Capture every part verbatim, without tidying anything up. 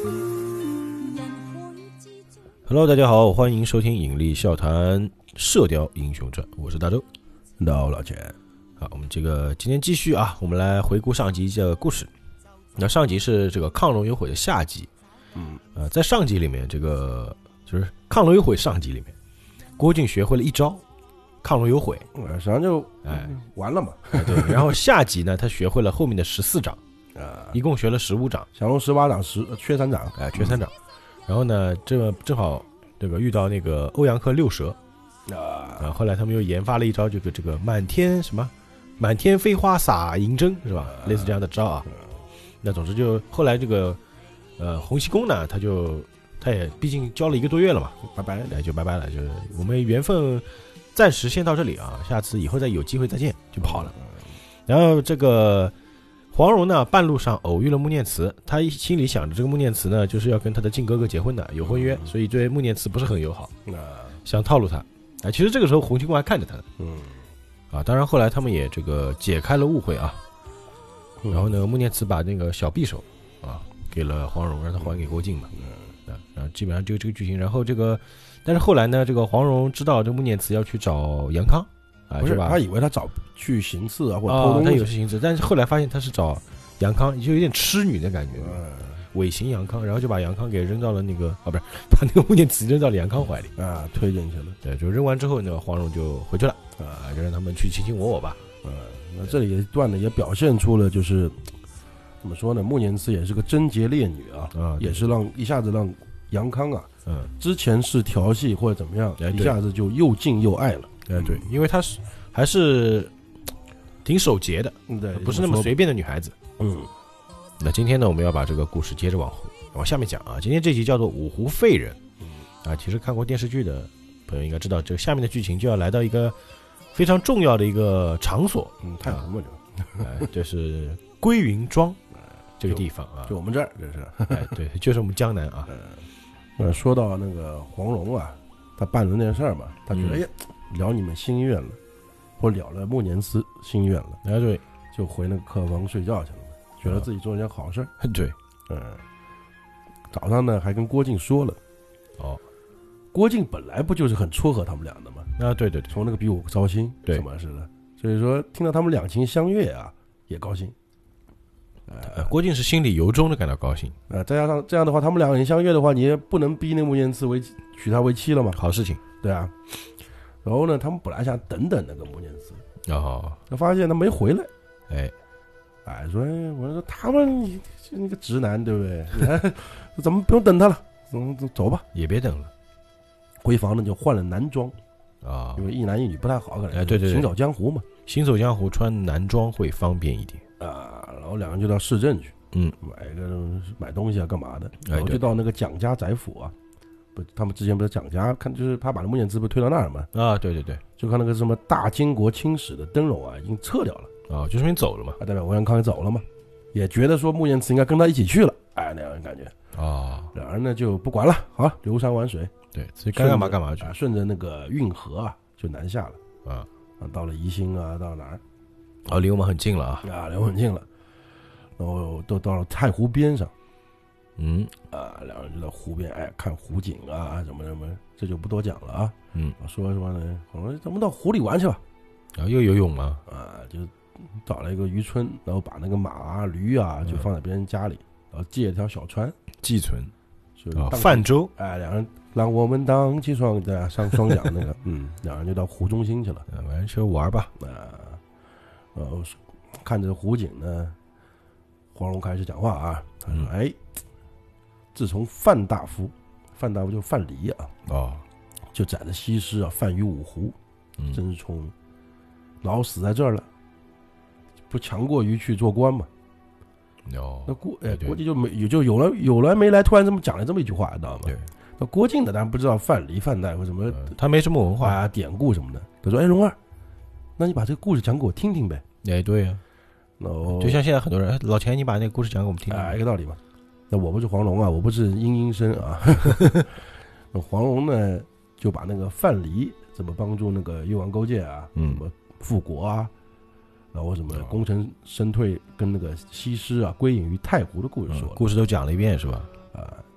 Hello， 大家好，欢迎收听引力笑谈射雕英雄传，我是大周， 老老钱。 好，我们这个今天继续啊，我们来回顾上集的故事。那上集是这个抗龙有悔的下集， 嗯， 呃，在上集里面，这个就是抗龙有悔上集里面，郭靖学会了一招抗龙有悔， 实际上就哎完了嘛。 哎对，然后下集呢，他学会了后面的十四掌， 啊， 一共学了十五掌， 降龙十八掌十缺三掌， 哎，缺三掌。然后呢，这正好这个遇到那个欧阳克六蛇。 啊， 啊，后来他们又研发了一招，这个这个满天什么，满天飞花洒银针是吧？类似这样的招啊。那总之就后来这个呃洪七公呢，他就他也毕竟教了一个多月了嘛，拜拜了就拜拜了，就是我们缘分暂时先到这里啊，下次以后再有机会再见，就跑了。然后这个黄蓉呢，半路上偶遇了穆念慈，他心里想着这个穆念慈呢，就是要跟他的靖哥哥结婚的，有婚约，所以对穆念慈不是很友好，想套路他。哎，其实这个时候洪七公还看着他的， 嗯， 啊，当然后来他们也这个解开了误会啊，然后呢，穆念慈把那个小匕首啊给了黄蓉，让他还给郭靖嘛，啊，然后基本上就这个剧情，然后这个，但是后来呢，这个黄蓉知道这穆念慈要去找杨康，啊， 不是吧？ 他以为他找去行刺啊，或者偷东西， 他有事行刺，但是后来发现他是找杨康，就有点痴女的感觉。 嗯尾行杨康，然后就把杨康给扔到了那个啊，不是把那个穆念慈扔到了杨康怀里啊，推进去了。 对，就扔完之后，那个黄蓉就回去了啊，就让他们去卿卿我我吧。 呃、嗯，那这里一段呢也表现出了就是怎么说呢，穆念慈也是个贞洁烈女啊，啊，也是让一下子让杨康啊，嗯，之前是调戏或者怎么样，哎、一下子就又敬又爱了。 哎，对，因为她是还是挺守节的， 对， 不是那么随便的女孩子。 嗯。 那今天呢，我们要把这个故事接着往往下面讲啊。今天这集叫做五湖废人，啊，其实看过电视剧的朋友应该知道，这个下面的剧情就要来到一个非常重要的一个场所， 嗯，太湖嘛就，哎，就是归云庄这个地方啊， 就我们这儿，这是， 哎，对，就是我们江南啊。 呃，说到那个黄蓉啊，他办了那件事嘛，他觉得、嗯、哎，了你们心愿了，或了了穆念慈心愿了， 哎，对， 就回那个客房睡觉去了。觉得自己做了件好事， 对， 嗯，早上呢还跟郭靖说了，哦，郭靖本来不就是很撮合他们俩的吗？ 啊，对对对， 从那个比武招亲， 对， 什么似的，所以说听到他们两情相悦啊，也高兴。 呃，郭靖是心里由衷的感到高兴， 呃，再加上这样的话，他们两个人相悦的话，你也不能逼那穆念慈为娶她为妻了嘛， 好事情， 对啊。然后呢，他们本来想等等那个穆念慈， 哦， 他发现他没回来， 哎。 哎，说，我说他们就那个直男，对不对？咱们不用等他了，嗯，走吧， 也别等了。 回房呢就换了男装啊， 因为一男一女不太好，可能哎，对对对， 行走江湖嘛， 行走江湖穿男装会方便一点啊。然后两个人就到市镇去， 嗯， 买个买东西啊，干嘛的？然后就到那个蒋家宅府啊，不，他们之前不是蒋家看，就是他把那穆念慈不推到那儿嘛， 啊，对对对， 就看那个什么大金国清史的灯笼啊，已经撤掉了。 啊、哦，就说明走了嘛， 啊，代表欧阳康也走了嘛，也觉得说穆念慈应该跟他一起去了，哎，那样的感觉啊、哦，两人呢就不管了，好，游山玩水， 对，所以该干嘛干嘛去， 啊，顺着那个运河啊就南下了， 啊， 啊，到了宜兴啊，到哪儿？ 哦，离我们很近了啊， 啊，离我们很近了，然后都到了太湖边上， 嗯， 啊，两人就在湖边，哎，看湖景啊，什么什么，这就不多讲了啊， 嗯， 说什么呢？我说咱们到湖里玩去吧， 啊，又游泳吗？ 啊，就。找了一个渔村，然后把那个马啊、驴啊就放在别人家里，嗯、然后借了条小船寄存， 就啊，泛舟， 哎，两人让我们荡起双对啊，上双桨那个，嗯，两人就到湖中心去了， 啊，晚上去玩吧， 啊，然后看着湖景呢，黄蓉开始讲话啊，他说：“嗯、哎，自从范大夫，范大夫就范蠡啊， 哦， 就载着西施啊，犯于五湖， 嗯， 真是从老死在这儿了。”不强过于去做官嘛？ 哦， 那郭哎，郭靖就没也就有了有来没来，突然这么讲了这么一句话，知道吗？ 对。 那郭靖的当然不知道范蠡、范大夫什么、呃， 他没什么文化啊，典故什么的。他说：“哎，蓉儿，那你把这个故事讲给我听听呗。” 哎，对呀、啊。 然后就像现在很多人，老钱，你把那个故事讲给我们听听。 啊，一个道理嘛。那我不是黄蓉啊，我不是殷殷生啊。那黄蓉呢，就把那个范蠡怎么帮助那个越王勾践啊， 嗯， 什么复国啊。然后什么功成身退，跟那个西施啊归隐于太湖的故事说、 嗯，故事都讲了一遍是吧？ 啊，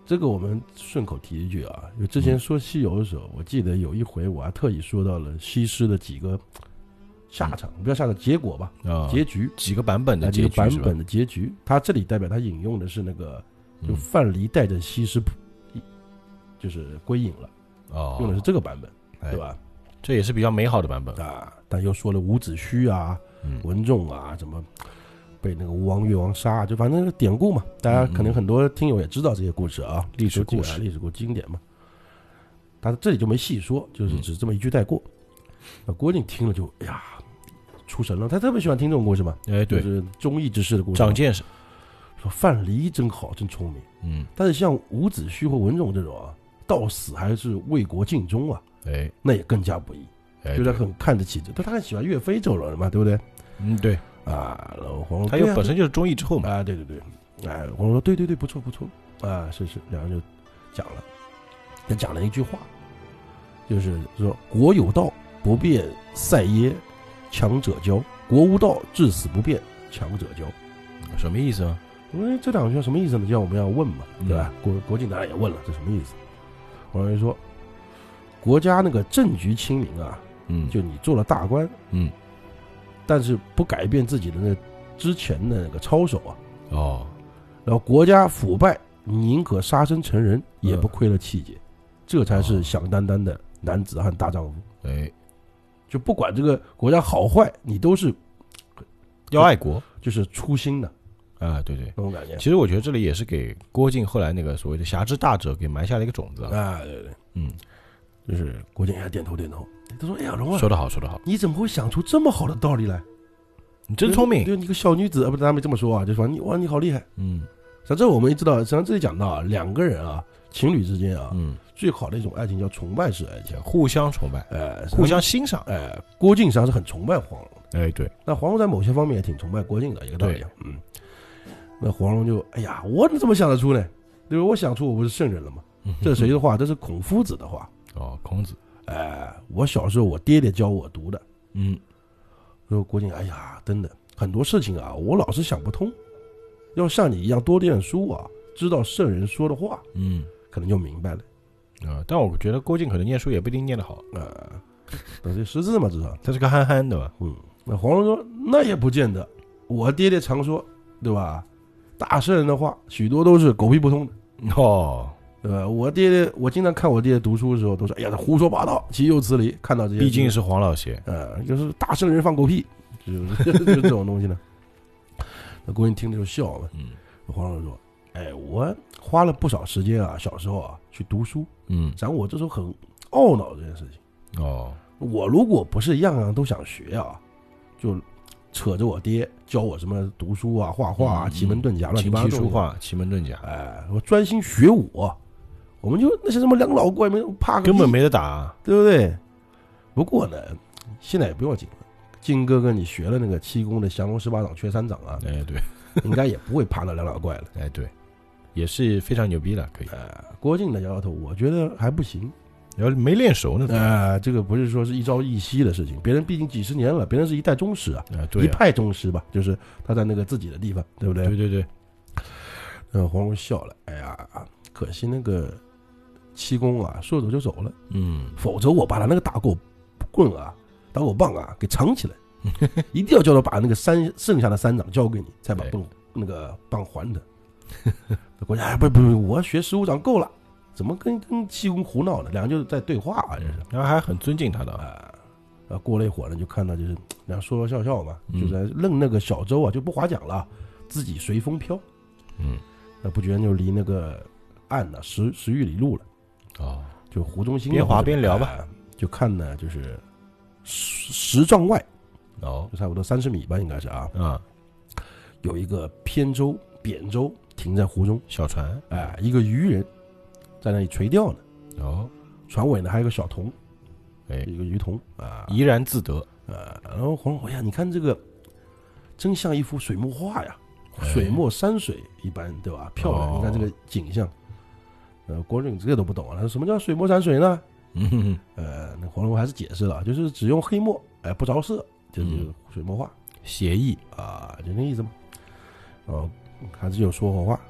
这个我们顺口提一句啊，就之前说西游的时候，嗯、我记得有一回我还特意说到了西施的几个下场，嗯、不要下个结果吧， 啊、 结局几个版本的结局， 几个版本的结局。他这里代表他引用的是那个，就范蠡带着西施，嗯、就是归隐了，哦，用的是这个版本，哎、对吧？ 这也是比较美好的版本啊，但又说了伍子胥啊、嗯、文仲啊，怎么被那个吴王越王杀，就反正是典故嘛，大家可能很多听友也知道这些故事啊，历、嗯、史故事、历史故事经典嘛。他这里就没细说，就是只这么一句带过。那、嗯、郭靖听了就哎呀出神了，他特别喜欢听这种故事嘛， 哎，对， 就是忠义之士的故事， 长见识。 说范蠡真好，真聪明，嗯，但是像伍子胥或文仲这种啊，到死还是为国尽忠啊。哎，那也更加不易，哎、就是他很看得起这，他很喜欢岳飞这种人嘛，对不对？ 嗯，对啊，然后黄蓉他又本身就是忠义之后嘛， 啊，对对对，哎，黄蓉说对对对，不错不错，啊，是是，两人就讲了，他讲了一句话，就是说国有道，不变赛耶，强者骄；国无道，至死不变，强者骄。 什么意思啊？ 因为这两句什么意思呢？就像我们要问嘛，对吧？嗯、国国靖当然也问了，这什么意思？黄蓉说。国家那个政局清明啊，嗯，就你做了大官，嗯，但是不改变自己的那之前的那个操守啊，哦，然后国家腐败，你宁可杀身成仁，也不亏了气节，嗯、这才是响当当的男子汉大丈夫。哎，就不管这个国家好坏，你都是要爱国， 就是初心的。 啊，对对， 那种感觉。 其实我觉得这里也是给郭靖后来那个所谓的侠之大者给埋下了一个种子啊，对对，嗯。就是郭靖还点头点头，他说：“哎呀，蓉儿， 说得好，说得好， 你怎么会想出这么好的道理来？ 你真聪明。 就你个小女子，啊，不是他没这么说啊，就说你哇，你好厉害。嗯，反正我们也知道，实际上这里讲到啊，两个人啊，情侣之间啊，嗯，最好的一种爱情叫崇拜式爱情， 互相崇拜，哎、呃，互相欣赏。 哎、呃，郭靖实际上是很崇拜黄蓉的，哎，对。 那黄蓉在某些方面也挺崇拜郭靖的一个道理。嗯，那黄蓉就哎呀，我怎么想得出呢？对吧？我想出我不是圣人了吗？嗯、这是谁的话？这是孔夫子的话。 哦，孔子。 哎，我小时候我爹爹教我读的，嗯，说郭靖，哎呀，真的很多事情啊，我老是想不通，要像你一样多念书啊，知道圣人说的话，嗯，可能就明白了。 啊、呃，但我觉得郭靖可能念书也不一定念得好啊，呃，这识字嘛，至少他是个憨憨的吧？ 嗯，那黄蓉说那也不见得，我爹爹常说，对吧？大圣人的话许多都是狗屁不通的哦。对吧？我爹爹，我经常看我爹爹读书的时候，都说：“哎呀，他胡说八道，岂有此理！”看到这些， 毕竟是黄老邪， 呃，就是大圣人放狗屁，就是就是这种东西呢。那郭靖听着就笑了。嗯，黄蓉说：“哎，我花了不少时间啊，小时候啊去读书，嗯，然后我这时候很懊恼这件事情。哦，我如果不是样样都想学啊，就扯着我爹教我什么读书啊、画画啊、奇门遁甲、乱七八糟琴棋书画、奇门遁甲， 哎，我专心学武。”我们就那些什么两老怪没怕个根本没得打， 对不对？不过呢，现在也不要紧了。靖哥哥，你学了那个气功的降龙十八掌、缺三掌啊， 哎，对， 应该也不会怕那两老怪了。 哎，对，也是非常牛逼了，可以。 哎，郭靖的摇摇头，我觉得还不行， 要没练熟呢。 哎，这个不是说是一朝一夕的事情，别人毕竟几十年了，别人是一代宗师啊， 哎对啊， 一派宗师吧，就是他在那个自己的地方，对不对？ 对对对。 嗯，黄蓉笑了，哎呀，可惜那个。七公啊，说走就走了，嗯，否则我把他那个打狗棍啊、打狗棒啊给藏起来，一定要叫他把那个三剩下的三掌交给你，才把棒那个棒还他。国家哎，不不不，我学十五掌够了，怎么跟跟七公胡闹呢？两个就在对话啊，这是， 然后还很尊敬他的啊。然后过了一会儿呢，就看到就是两个说说笑笑嘛，就在扔那个小舟啊，就不划桨了，自己随风飘，嗯，那不觉得就离那个岸呢十十余里路了。哦，就湖中心边滑边聊吧， 就看呢，就是十十丈外，哦，就差不多三十米吧，应该是啊，啊，有一个扁舟，扁舟停在湖中， 小船， 哎，一个渔人在那里垂钓呢，哦，船尾呢还有个小童，哎，一个渔童啊， 怡然自得， 啊，然后黄蓉，哎呀，你看这个，真像一幅水墨画呀，水墨山水一般，对吧？漂亮，你看这个景象。呃，郭靖这个都不懂啊，他说什么叫水墨山水呢？嗯，呃，那黄蓉还是解释了，就是只用黑墨，哎，不着色，就是水墨画， 写意啊，就那意思嘛。哦，还是有说谎话。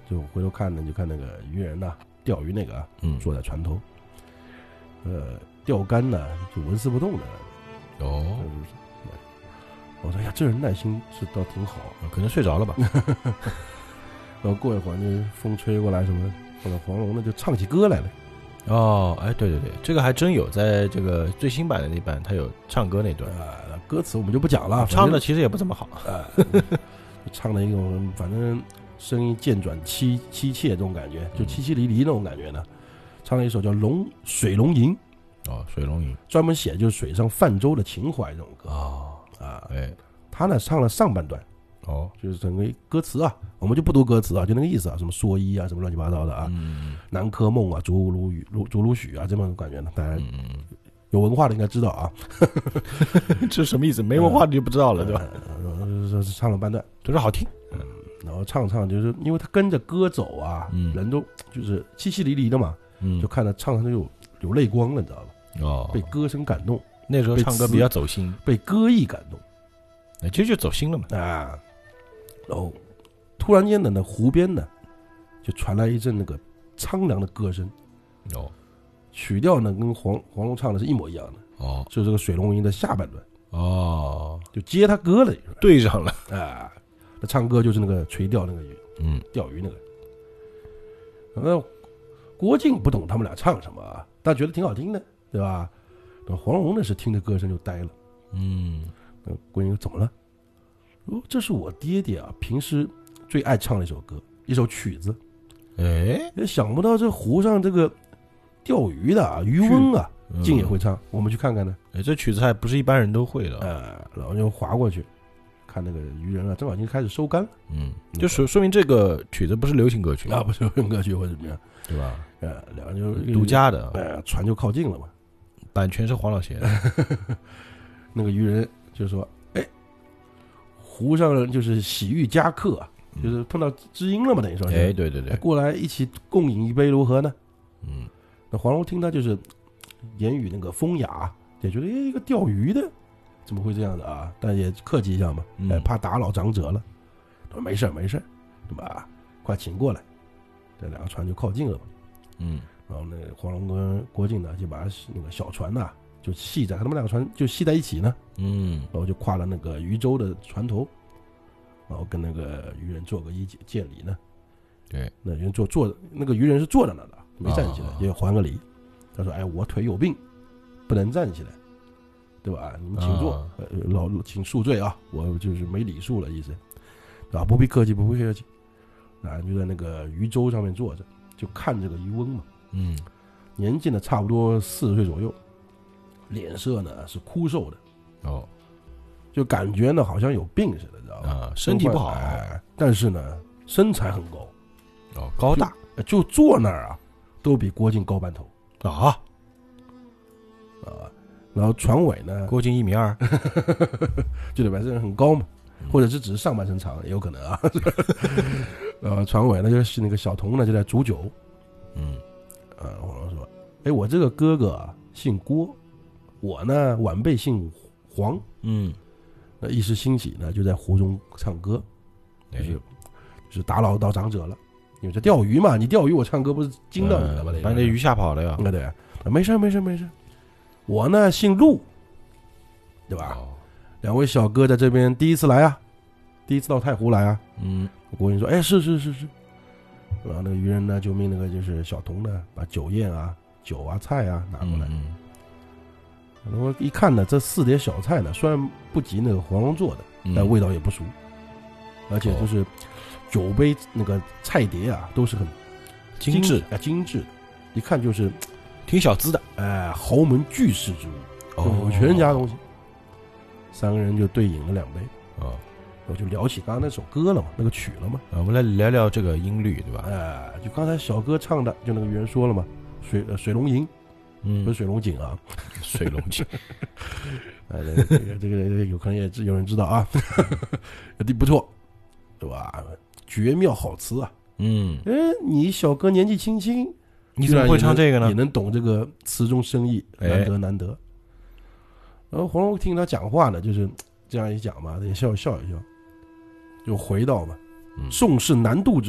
就回头看呢，就看那个渔人呐、啊，钓鱼那个啊， 嗯， 坐在船头，呃，钓竿呢就纹丝不动的。 哦， 我说呀，这人耐心是倒挺好， 可能睡着了吧。 然后过一会儿那风吹过来什么，后来黄蓉呢就唱起歌来了。 哦，哎，对对对，这个还真有，在这个最新版的那版，他有唱歌那段啊、呃，歌词我们就不讲了， 唱的其实也不怎么好， 啊、呃，唱的一种反正声音渐转凄凄切这种感觉，就凄凄离离那种感觉呢。唱了一首叫《龙水龙吟》， 哦，水龙吟， 专门写就是水上泛舟的情怀这种歌哦啊， 哎， 他呢唱了上半段。 哦， 就是整个歌词啊，我们就不读歌词啊，就那个意思啊，什么蓑衣啊，什么乱七八糟的啊， 嗯， 南柯梦啊，竹如雨，竹如许啊，这么感觉呢，大家有文化的应该知道啊。 这什么意思？没文化的就不知道了，对吧？ 呃，唱了半段， 都是好听， 嗯，然后唱唱，就是因为他跟着歌走啊， 嗯， 人都就是凄凄离离的嘛， 嗯， 就看他唱上就有有泪光了，你知道吧？ 哦， 被歌声感动， 那时候唱歌比较走心， 被歌意感动， 那这就走心了嘛啊。然后突然间的那湖边呢，就传来一阵那个苍凉的歌声。 哦， 曲调呢跟黄黄蓉唱的是一模一样的。 哦， 就是这个水龙吟的下半段。 哦， 就接他歌了， 对上了啊。那唱歌就是那个垂钓那个鱼， 嗯， 钓鱼那个。那郭靖不懂他们俩唱什么啊，但觉得挺好听的，对吧？那黄蓉呢是听着歌声就呆了。 嗯， 那郭靖说怎么了？哦，这是我爹爹啊，平时最爱唱的一首歌，一首曲子。 哎， 想不到这湖上这个钓鱼的啊，渔翁啊，靖也会唱，我们去看看呢。 哎，这曲子还不是一般人都会的。 呃，然后就划过去，看那个渔人啊，正好已经开始收竿了。 嗯，就说说明这个曲子不是流行歌曲啊，不是流行歌曲或者怎么样， 对吧？ 呃，两个就独家的， 呃，船就靠近了嘛， 版权是黄老邪。 那个渔人就说：“哎，湖上就是喜遇佳客啊，就是碰到知音了嘛，等于说， 哎，对对对， 过来一起共饮一杯如何呢？” 嗯， 那黄蓉听他就是言语那个风雅，也觉得哎，一个钓鱼的怎么会这样的啊？但也客气一下嘛，哎，怕打扰长者了。他说没事没事，对吧？快请过来。这两个船就靠近了嘛。 嗯， 然后那个黄蓉跟郭靖呢，就把那个小船呐、啊，就系在他们两个船就系在一起呢。 嗯， 然后就跨了那个渔舟的船头，然后跟那个渔人做个一见礼呢。 对， 那人坐坐那个渔人是坐在那的，没站起来，也还个礼。他说：“哎，我腿有病，不能站起来，对吧？你们请坐，啊、老请恕罪啊，我就是没礼数了，意思啊，不必客气，不必客气。啊，就在那个渔舟上面坐着，就看这个渔翁嘛， 嗯， 年纪呢差不多四十岁左右，脸色呢是枯瘦的， 哦， 就感觉呢好像有病似的，知道吧？ 啊，身体不好， 哎、但是呢身材很高， 哦，高大， 就, 就坐那儿啊，都比郭靖高半头。” 啊啊，然后船尾呢？ 郭靖一米二， 就得把这人很高嘛，或者是只是上半身长也有可能啊。呃，船尾呢就是那个小童呢就在煮酒， 嗯， 啊，黄蓉说：“哎，我这个哥哥啊姓郭，我呢晚辈姓黄， 嗯， 那一时兴起呢就在湖中唱歌，就是就是打扰到长者了。”因为这钓鱼嘛，你钓鱼我唱歌不是惊到你了吗？ 把你的鱼吓跑了呀！ 对对，没事没事没事。我呢姓陆，对吧？哦、两位小哥在这边第一次来啊，第一次到太湖来啊。 嗯， 郭靖说：“哎，是是是是。”然后那个渔人呢，就命那个就是小童呢，把酒宴啊、酒啊、菜啊拿过来。 嗯， 然后一看呢，这四碟小菜呢，虽然不及那个黄蓉做的， 嗯、 但味道也不俗，而且就是。哦酒杯那个菜碟啊，都是很精致啊，精致，一看就是挺小资的， 哎，豪门巨士之物，哦、有钱人家的东西。三个人就对饮了两杯， 啊、哦， 我就聊起刚刚那首歌了嘛，那个曲了嘛， 啊，我们来聊聊这个音律，对吧？ 哎，就刚才小哥唱的，就那个渔人说了嘛，水呃水龙吟， 嗯， 不是水龙井啊， 水龙井， 哎，这个这个这个有可能也有人知道啊，的不错，对吧？绝妙好词啊！ 嗯， 哎，你小哥年纪轻轻， 你怎么会唱这个呢？ 也能懂这个词中深意，难得难得。哎、然后黄蓉听他讲话呢，就是这样一讲嘛，也笑笑一笑，就回到嘛，嗯、宋氏南渡之后，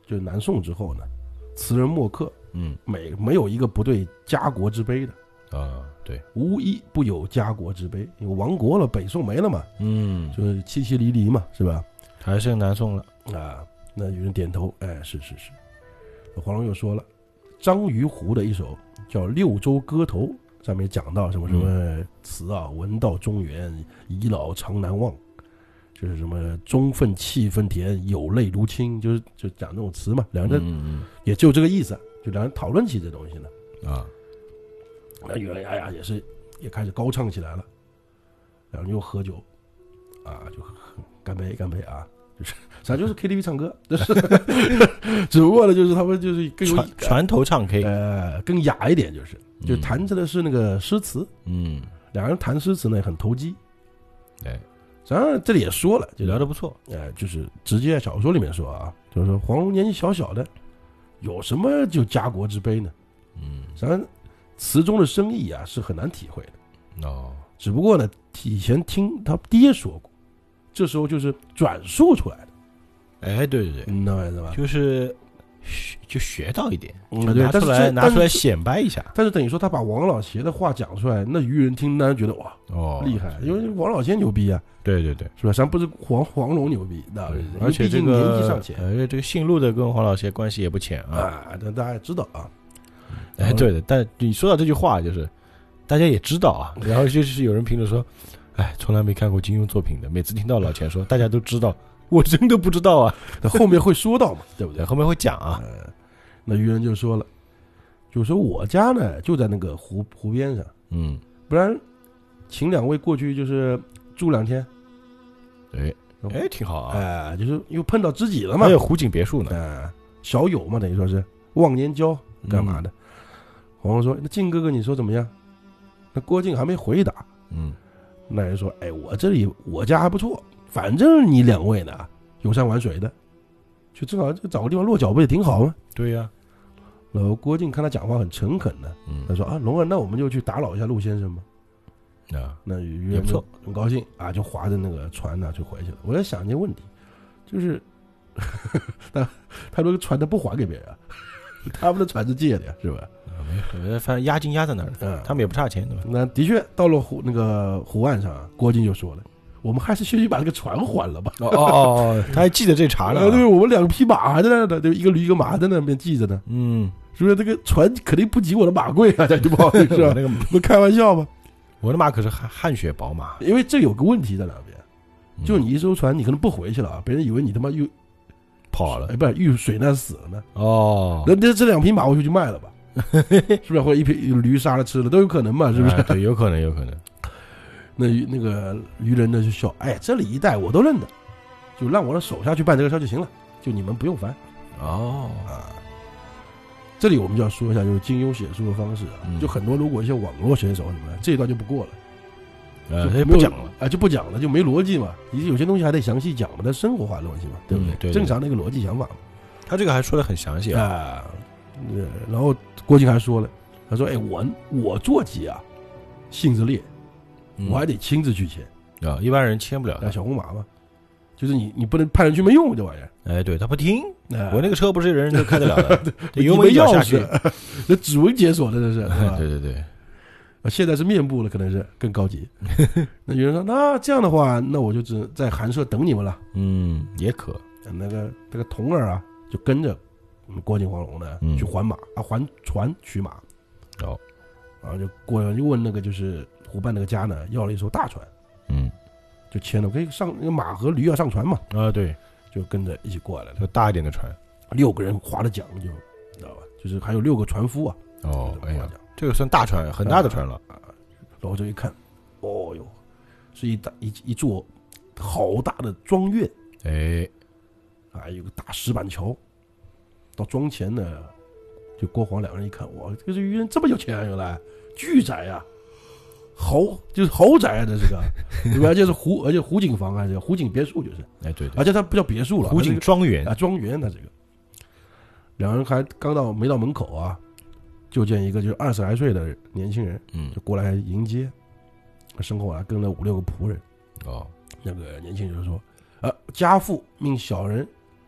就是南宋之后呢，词人墨客， 嗯， 每没有一个不对家国之悲的啊，对， 无一不有家国之悲，因为亡国了，北宋没了嘛， 嗯， 就是凄凄离离嘛，是吧？ 还剩南宋了啊。那有人点头，哎，是是是。黄龙又说了，张鱼湖的一首叫《六州歌头》，上面讲到什么什么词啊，闻道中原，遗老常难忘，就是什么中愤气愤甜，有泪如倾，就是就讲那种词嘛。两人也就这个意思，就两人讨论起这东西了啊。那原来哎呀，也是也开始高唱起来了，然后又喝酒啊，就干杯干杯啊。就是实际上就是 K T V 唱歌，就是只不过呢，就是他们就是更船船头唱 K， 呃，更雅一点，就是就弹着的是那个诗词，嗯，两人弹诗词呢很投机， 哎， 实际上这里也说了， 就聊得不错， 呃，就是直接在小说里面说啊，就是说黄蓉年纪小小的，有什么就家国之悲呢？嗯，实际上词中的深意啊是很难体会的，哦，只不过呢，以前听他爹说过。这时候就是转述出来的， 哎，对对对， 嗯，那是吧？ 就是就学到一点， 嗯， 拿出来拿出来显摆一下。 但是等于说他把王老邪的话讲出来，那愚人听当然觉得哇，哦，厉害，因为王老邪牛逼啊， 对对对， 是吧？咱不是黄黄蓉牛逼，那而且这个年纪尚浅， 而且这个姓陆的跟黄老邪关系也不浅啊， 啊，但大家也知道啊， 哎，对的，但你说到这句话，就是大家也知道啊，然后就是有人评论说。哎，从来没看过金庸作品的，每次听到老钱说，大家都知道，我真的不知道啊。 后面会说到嘛，对不对？ 后面会讲啊。 呃、那愚人就说了，就说我家呢就在那个湖湖边上，嗯，不然请两位过去就是住两天。 对，哎，挺好啊。 哎、呃，就是又碰到知己了嘛。 还有湖景别墅呢， 呃，小友嘛，等于说是忘年交，干嘛的？嗯、黄蓉说：“那靖哥哥，你说怎么样？”那郭靖还没回答，嗯。那人说：“哎，我这里我家还不错，反正你两位呢，游山玩水的，就正好就找个地方落脚不也挺好吗？” 对呀、啊。 然后郭靖看他讲话很诚恳的，嗯，他说：“啊，龙儿，那我们就去打扰一下陆先生吧。”啊，那愚人就很高兴啊，就划着那个船呢就回去了。我在想一件问题，就是他他这个船他不还给别人啊，他们的船是借的呀，是吧？ 没有，反正押金押在那儿，嗯，他们也不差钱，对吧？ 那的确到了湖那个湖岸上，郭靖就说了：“我们还是先去把这个船还了吧。” 哦哦哦，他还记得这茬呢、啊。 对，我们两匹马还在那呢，就一个驴一个马在那边记着呢。嗯，是不是这个船肯定不及我的马贵啊？这就不好意思啊，那个不开玩笑吗？ 我的马可是汗汗血宝马， 因为这有个问题在那边，就你一艘船，你可能不回去了啊，别人以为你他妈又跑了， 哎，不是遇水难死了呢。 哦， 那这这两匹马我就去卖了吧。是不是或者一匹驴杀了吃了都有可能嘛？是不是？ 哎、对，有可能，有可能。 那那个渔人呢就笑，哎，这里一带我都认得，就让我的手下去办这个事就行了，就你们不用烦。哦啊，这里我们就要说一下，就是金庸写书的方式啊，嗯、就很多如果一些网络选手什么的，这一段就不过了， 呃，就不讲了， 啊，就不讲了，就没逻辑嘛。你有些东西还得详细讲嘛，但生活化的东西嘛，对不对？ 嗯、对对对， 正常的一个逻辑想法嘛。 他这个还说的很详细啊。 啊呃，然后郭靖还说了，他说：“哎，我我坐骑啊，性子烈，嗯、我还得亲自去牵啊，一般人牵不了的。 小红马嘛，就是你你不能派人去没用这玩意儿。 哎，对他不听，哎、我那个车不是人人都开得了的，油门一脚下去， 那指纹解锁的这是。 对对对， 现在是面部了，可能是更高级。那有人说，那这样的话，那我就只能在寒舍等你们了。 嗯，也可。 那个那个童儿啊，就跟着。”郭靖黄蓉呢，去还马、嗯、啊，还船取马，哦，然后就过来就问那个就是湖畔那个家呢，要了一艘大船，嗯，就牵了，可以上那个马和驴要上船嘛， 啊，对， 就跟着一起过来了， 就大一点的船， 六个人划着桨，就知道吧？就是还有六个船夫啊， 哦，哎呀，这个算大船，很大的船了啊。 然后就一看，哦哟，是一大一一座好大的庄院，哎，还有个大石板桥。到庄前呢，就郭黄两个人一看，哇，这个渔人这么有钱啊，原来巨宅啊，豪就是豪宅啊，这是个，对吧？而且是湖，而且湖景房还是湖景别墅，就是， 哎对， 而且它不叫别墅了， 湖景庄园啊，庄园它这个。两人还刚到没到门口啊，就见一个就是二十来岁的年轻人，嗯，就过来迎接，身后啊跟了五六个仆人，哦，那个年轻人就说，啊，家父命小人。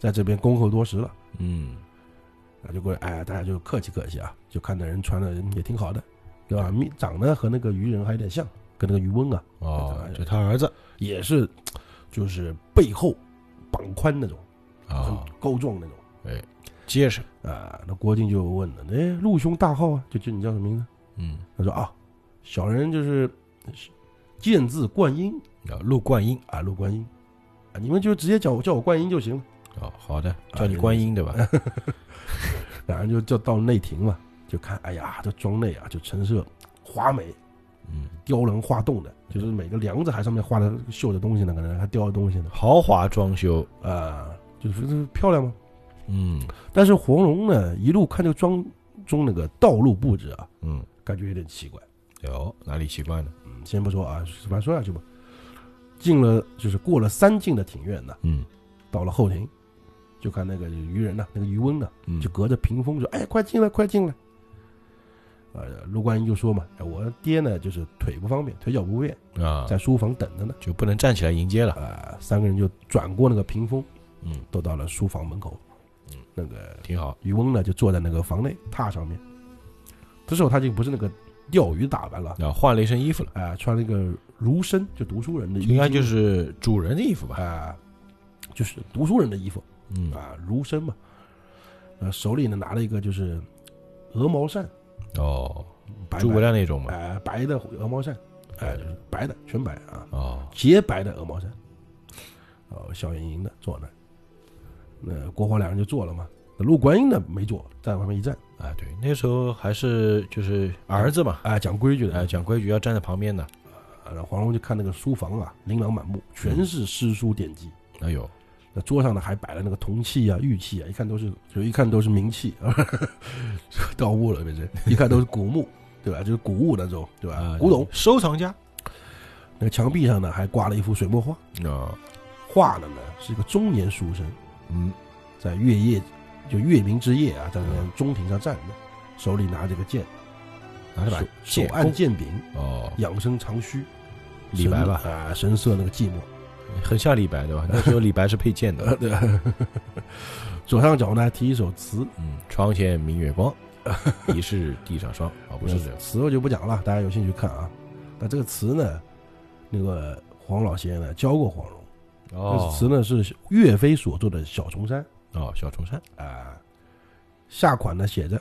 在这边恭候多时了。 嗯， 那就过来，哎，大家就客气客气啊，就看那人穿的也挺好的，对吧？长得和那个渔人还有点像，跟那个渔翁啊， 哦，就他儿子也是，就是背后膀宽那种， 啊， 很高壮那种， 哎，结实啊。那郭靖就问了，哎，陆兄大号啊？就就你叫什么名字？ 嗯， 他说啊，小人就是剑字观音啊，陆观音啊，陆观音啊，你们就直接叫我叫我观音就行了。 哦，好的，叫你观音对吧？ 两人就就到内廷嘛，就看，哎呀，这庄内啊，就陈设华美， 嗯， 雕梁画栋的，就是每个梁子还上面画的绣的东西呢，可能还雕的东西呢， 豪华装修啊、呃，就是漂亮嘛。 嗯， 但是黄蓉呢，一路看这个庄中那个道路布置啊， 嗯， 感觉有点奇怪。 有哪里奇怪呢？ 嗯，先不说啊，反正说下去吧。进了就是过了三进的庭院呢， 嗯， 到了后庭，就看那个渔人呢，那个渔翁呢， 嗯， 就隔着屏风说：“哎，快进来，快进来。”呃，陆观音就说嘛：“哎，我爹呢，就是腿不方便，腿脚不便啊， 在书房等着呢， 就不能站起来迎接了。” 啊、呃，三个人就转过那个屏风， 嗯， 都到了书房门口。 嗯， 那个挺好。 渔翁呢，就坐在那个房内榻上面。这时候他就不是那个钓鱼打扮了， 啊，换了一身衣服了， 啊、呃，穿了一个儒生，就读书人的衣服， 应该就是主人的衣服吧？ 啊、呃，就是读书人的衣服， 嗯啊，儒生嘛。呃，手里呢拿了一个就是鹅毛扇， 哦， 白诸葛亮那种嘛， 哎、呃，白的鹅毛扇，哎、呃，就是白的，全白啊， 哦， 洁白的鹅毛扇，哦，笑盈盈的坐那儿。那国华两人就坐了嘛，那陆观音呢没坐，在外面一站。 啊，对，那时候还是就是儿子嘛， 哎，讲规矩的， 哎，讲规矩要站在旁边的。 啊，然后黄蓉就看那个书房啊，琳琅满目，全是诗书典籍。 哎呦， 那桌上呢还摆了那个铜器啊、玉器啊，一看都是，就一看都是名器，盗墓了，这是，一看都是古墓，对吧？就是古物那种，对吧？ 啊、 古董收藏家。 那个墙壁上呢还挂了一幅水墨画， 啊， 画的呢是一个中年书生， 嗯， 在月夜。就月明之夜啊，在那中庭上站着，手里拿着个剑， 拿着把手按剑柄， 哦， 仰身长须， 李白吧， 啊，神色那个寂寞， 很像李白对吧？那时候李白是配剑的， 对。左上角呢提一首词， 嗯，床前明月光，疑是地上霜。哦，不是这词我就不讲了，大家有兴趣看啊。那这个词呢，那个黄老先生呢教过黄蓉，哦，这词呢是岳飞所作的《小重山》。 哦，小重山啊、呃，下款呢写着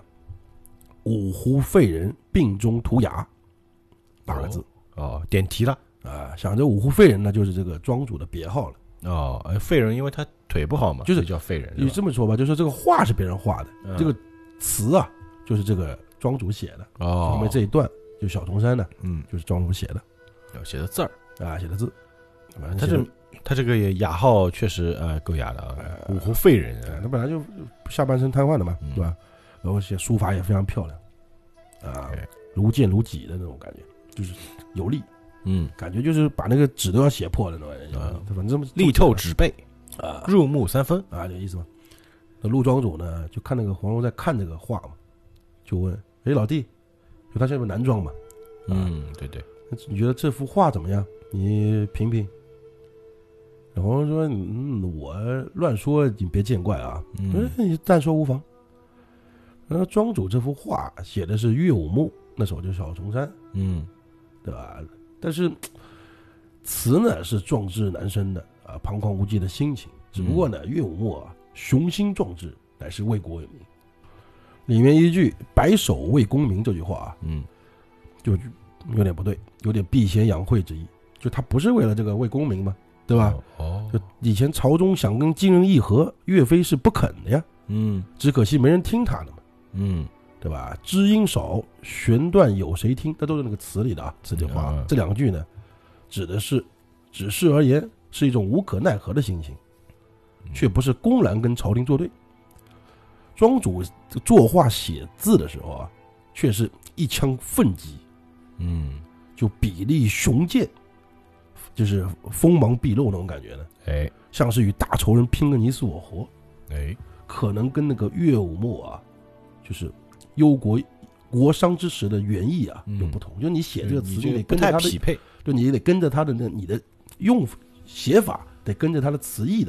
“五湖废人病中图雅”八个字。 哦，哦点题了啊、呃，想着五湖废人呢，就是这个庄主的别号了。 哦，哎，废人因为他腿不好嘛， 就是叫废人。 你这么说吧，就是这个画是别人画的， 嗯、 这个词啊，就是这个庄主写的。 哦， 后面这一段就小重山呢， 嗯， 就是庄主写的， 写的字儿啊，写的字。 他这他这个也雅号确实呃够雅的啊，五湖废人， 他、呃、本来就下半身瘫痪的嘛，嗯、对吧？然后写书法也非常漂亮，啊、呃，如剑如戟的那种感觉，就是有力， 嗯， 感觉就是把那个纸都要写破的那种感觉，啊、反正力透纸背啊， 入木三分啊，这意思嘛。那陆庄主呢，就看那个黄蓉在看这个画嘛，就问：“哎，老弟，就他现在不男装嘛？ 嗯，对对， 你觉得这幅画怎么样？你评评。”黄蓉说：“嗯，我乱说，你别见怪啊。嗯，你但说无妨。然后庄主这幅画写的是岳武穆，那首就小重山， 嗯， 对吧？但是词呢是壮志难伸的啊，彷徨无际的心情。只不过呢，岳武穆啊，雄心壮志，乃是为国为民。里面一句‘白首为功名’这句话啊， 嗯， 就有点不对，有点避嫌养晦之意。就他不是为了这个为功名吗？”对吧？ 哦， 就以前朝中想跟金人议和，岳飞是不肯的呀。 嗯， 只可惜没人听他的嘛。 嗯， 对吧？知音少，弦断有谁听？这都是那个词里的啊。这句话，嗯、这两句呢，指的是只是而言，是一种无可奈何的心情，却不是公然跟朝廷作对。庄主作画写字的时候啊，却是一腔愤激， 嗯， 就笔力雄健。就是锋芒毕露那种感觉呢， 哎， 像是与大仇人拼个你死我活， 哎， 可能跟那个岳武穆啊，就是忧国国殇之时的原意啊有不同。嗯、就你写这个词，你得跟着他的匹配， 就你得跟着他的那你的用写法得跟着他的词义的嘛。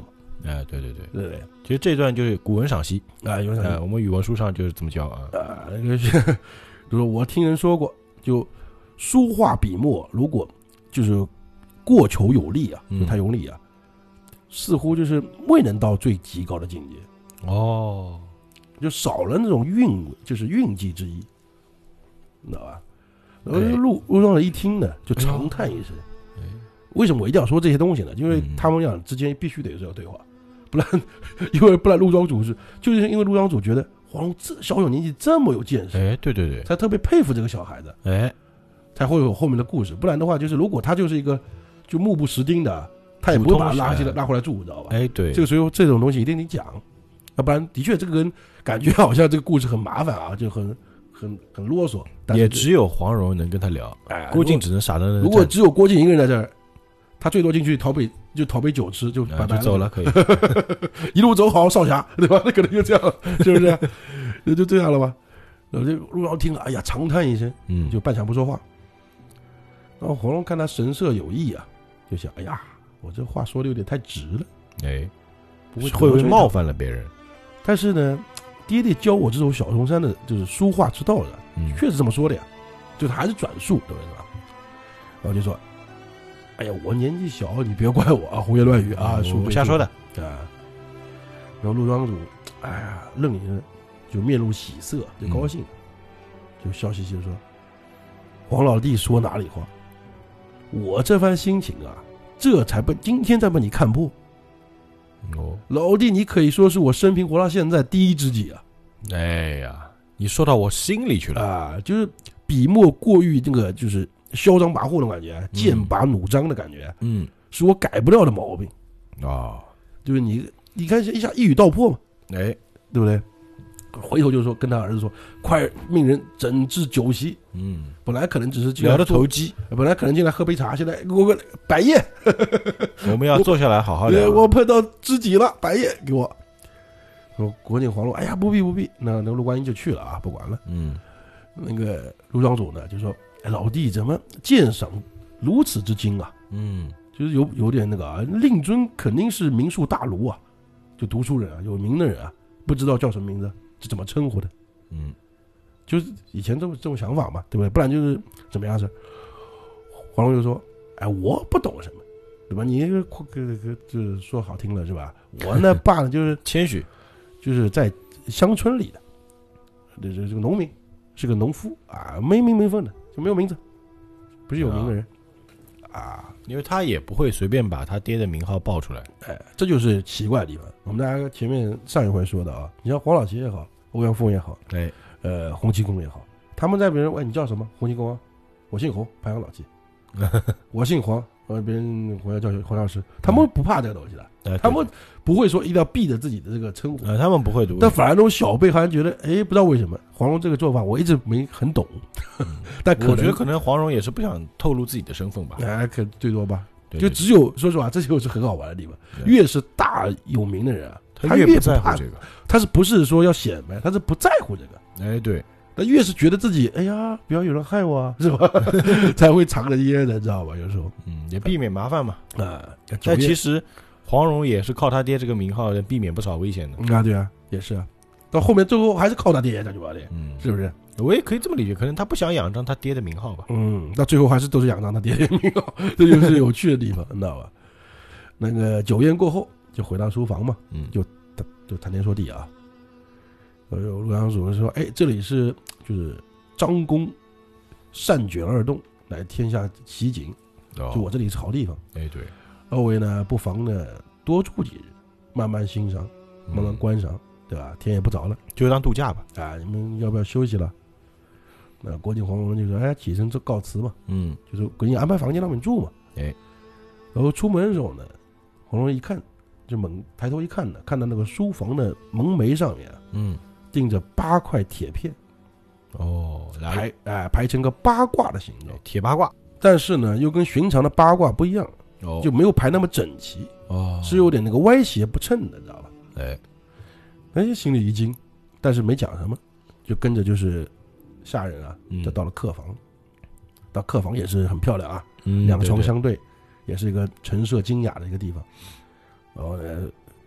哎，对对对对对， 其实这段就是古文赏析啊，有哎，我们语文书上就是这么教啊。 啊，那个是，就是我听人说过，就书画笔墨，如果就是过求有力啊，就太用力啊，嗯、似乎就是未能到最极高的境界。 哦， 就少了那种韵，就是韵迹之意，你知道吧？然后陆陆庄子一听呢，就长叹一声。哎、为什么我一定要说这些东西呢？因为他们俩之间必须得是要对话，不然，因为不然陆庄主是就是因为陆庄主觉得黄蓉这小小年纪这么有见识， 哎，对对对， 才特别佩服这个小孩子， 哎， 才会有后面的故事。不然的话，就是如果他就是一个就目不识丁的，他也不会把他拉进来拉回来住，你知道吧？ 哎，对， 这个时候这种东西一定得讲。要不然，的确，这个人感觉好像这个故事很麻烦啊，就很、很、很啰嗦。 也只有黄蓉能跟他聊，哎，郭靖只能傻瞪瞪。 如果只有郭靖一个人在这儿，他最多进去讨杯，就讨杯酒吃，就拜拜、 啊、就走了，可以一路走好，少侠，对吧？那可能就这样，是不是？就就这样了吧？然后这陆老听了，哎呀，长叹一声，嗯，就半晌不说话。然后黄蓉看他神色有异啊，就想，哎呀，我这话说的有点太直了， 哎， 不会会不会冒犯了别人？ 但是呢，爹爹教我这种小松山的就是书画之道的，嗯，确实这么说的呀，就他还是转述，对吧？然后就说：“哎呀，我年纪小，你别怪我啊，胡言乱语啊， 我瞎说的啊。”然后陆庄主，哎呀，愣一愣，就面露喜色，就高兴，嗯、就笑嘻嘻的说：“黄老弟说哪里话？我这番心情啊，这才被今天才被你看破。”哦，老弟，你可以说是我生平活到现在第一知己啊！ 哎呀，你说到我心里去了啊！就是笔墨过于那个，就是嚣张跋扈的感觉，剑拔弩张的感觉，嗯，是我改不了的毛病啊、哦！就是你，你看一下一语道破嘛，哎，对不对？回头就说跟他儿子说，快命人整治酒席。嗯，本来可能只是聊着投机， 本来可能进来喝杯茶，现在给我个百叶， 我们要坐下来好好聊。 我碰到知己了，百叶给我。说国靖黄蓉，哎呀，不必不必，那那陆观音就去了啊，不管了。嗯，那个陆庄主呢就说，哎，老弟怎么鉴赏如此之精啊？嗯，就是有有点那个啊，令尊肯定是名术大儒啊，就读书人啊，有名的人啊，不知道叫什么名字。是怎么称呼的？嗯，就是以前这种这种想法嘛，对不对？不然就是怎么样子？黄蓉就说：“哎，我不懂什么，对吧？你这个就是说好听了是吧？我呢，爸呢就是谦虚， 就是在乡村里的，这这这个农民，是个农夫啊，没名没分的，就没有名字，不是有名的人啊。啊因为他也不会随便把他爹的名号报出来， 哎，这就是奇怪的地方。我们大家前面上一回说的啊，你像黄老七也好。”欧阳锋也好， 对， 呃，洪七公也好，他们在别人问你叫什么，洪七公啊，我姓洪，排行老七，我姓黄，呃，别人我要叫黄老师，他们不怕这个东西的，嗯、他们不会说一定要避着自己的这个称呼， 呃，他们不会读， 但反而那种小辈好像觉得，哎，不知道为什么黄蓉这个做法我一直没很懂，嗯、但可能我觉得可能黄蓉也是不想透露自己的身份吧， 哎，可最多吧，对对对就只有说实话，这就是很好玩的地方，越是大有名的人啊。他越不在乎这个， 他是不是说要显摆？他是不在乎这个。 哎，对， 他越是觉得自己，哎呀，不要有人害我啊，是吧？才会藏着掖着，知道吧？有时候， 嗯，也避免麻烦嘛。啊，但其实黄蓉也是靠他爹这个名号避免不少危险的。 嗯、啊，对啊，也是啊。到后面最后还是靠他爹才去把的，嗯，是不是？ 我也可以这么理解，可能他不想仰仗他爹的名号吧。 嗯，到最后还是都是仰仗他爹的名号，这就是有趣的地方，你知道吧？那个酒宴过后。就回到书房嘛，嗯，就就谈天说地啊。呃，陆阳主说：“哎，这里是就是张公善卷二洞，来天下奇景，哦、就我这里是好地方。 哎，对， 二位呢不妨呢多住几日，慢慢欣赏，慢慢观赏，嗯、对吧？天也不早了， 就当度假吧。 啊，你们要不要休息了？”那郭靖黄蓉就说：“哎，起身就告辞嘛，嗯，就是给你安排房间让你们住嘛。哎，然后出门的时候呢，黄蓉一看。”就猛抬头一看呢，看到那个书房的门楣上面，嗯，钉着八块铁片，哦，排哎排成个八卦的形状， 铁八卦。 但是呢，又跟寻常的八卦不一样，哦，就没有排那么整齐，哦，是有点那个歪斜不称的，知道吧？哎，哎，心里一惊，但是没讲什么，就跟着就是下人啊，就到了客房，嗯、到客房也是很漂亮啊，嗯、两床相对，也是一个陈设精雅的一个地方。然后呢，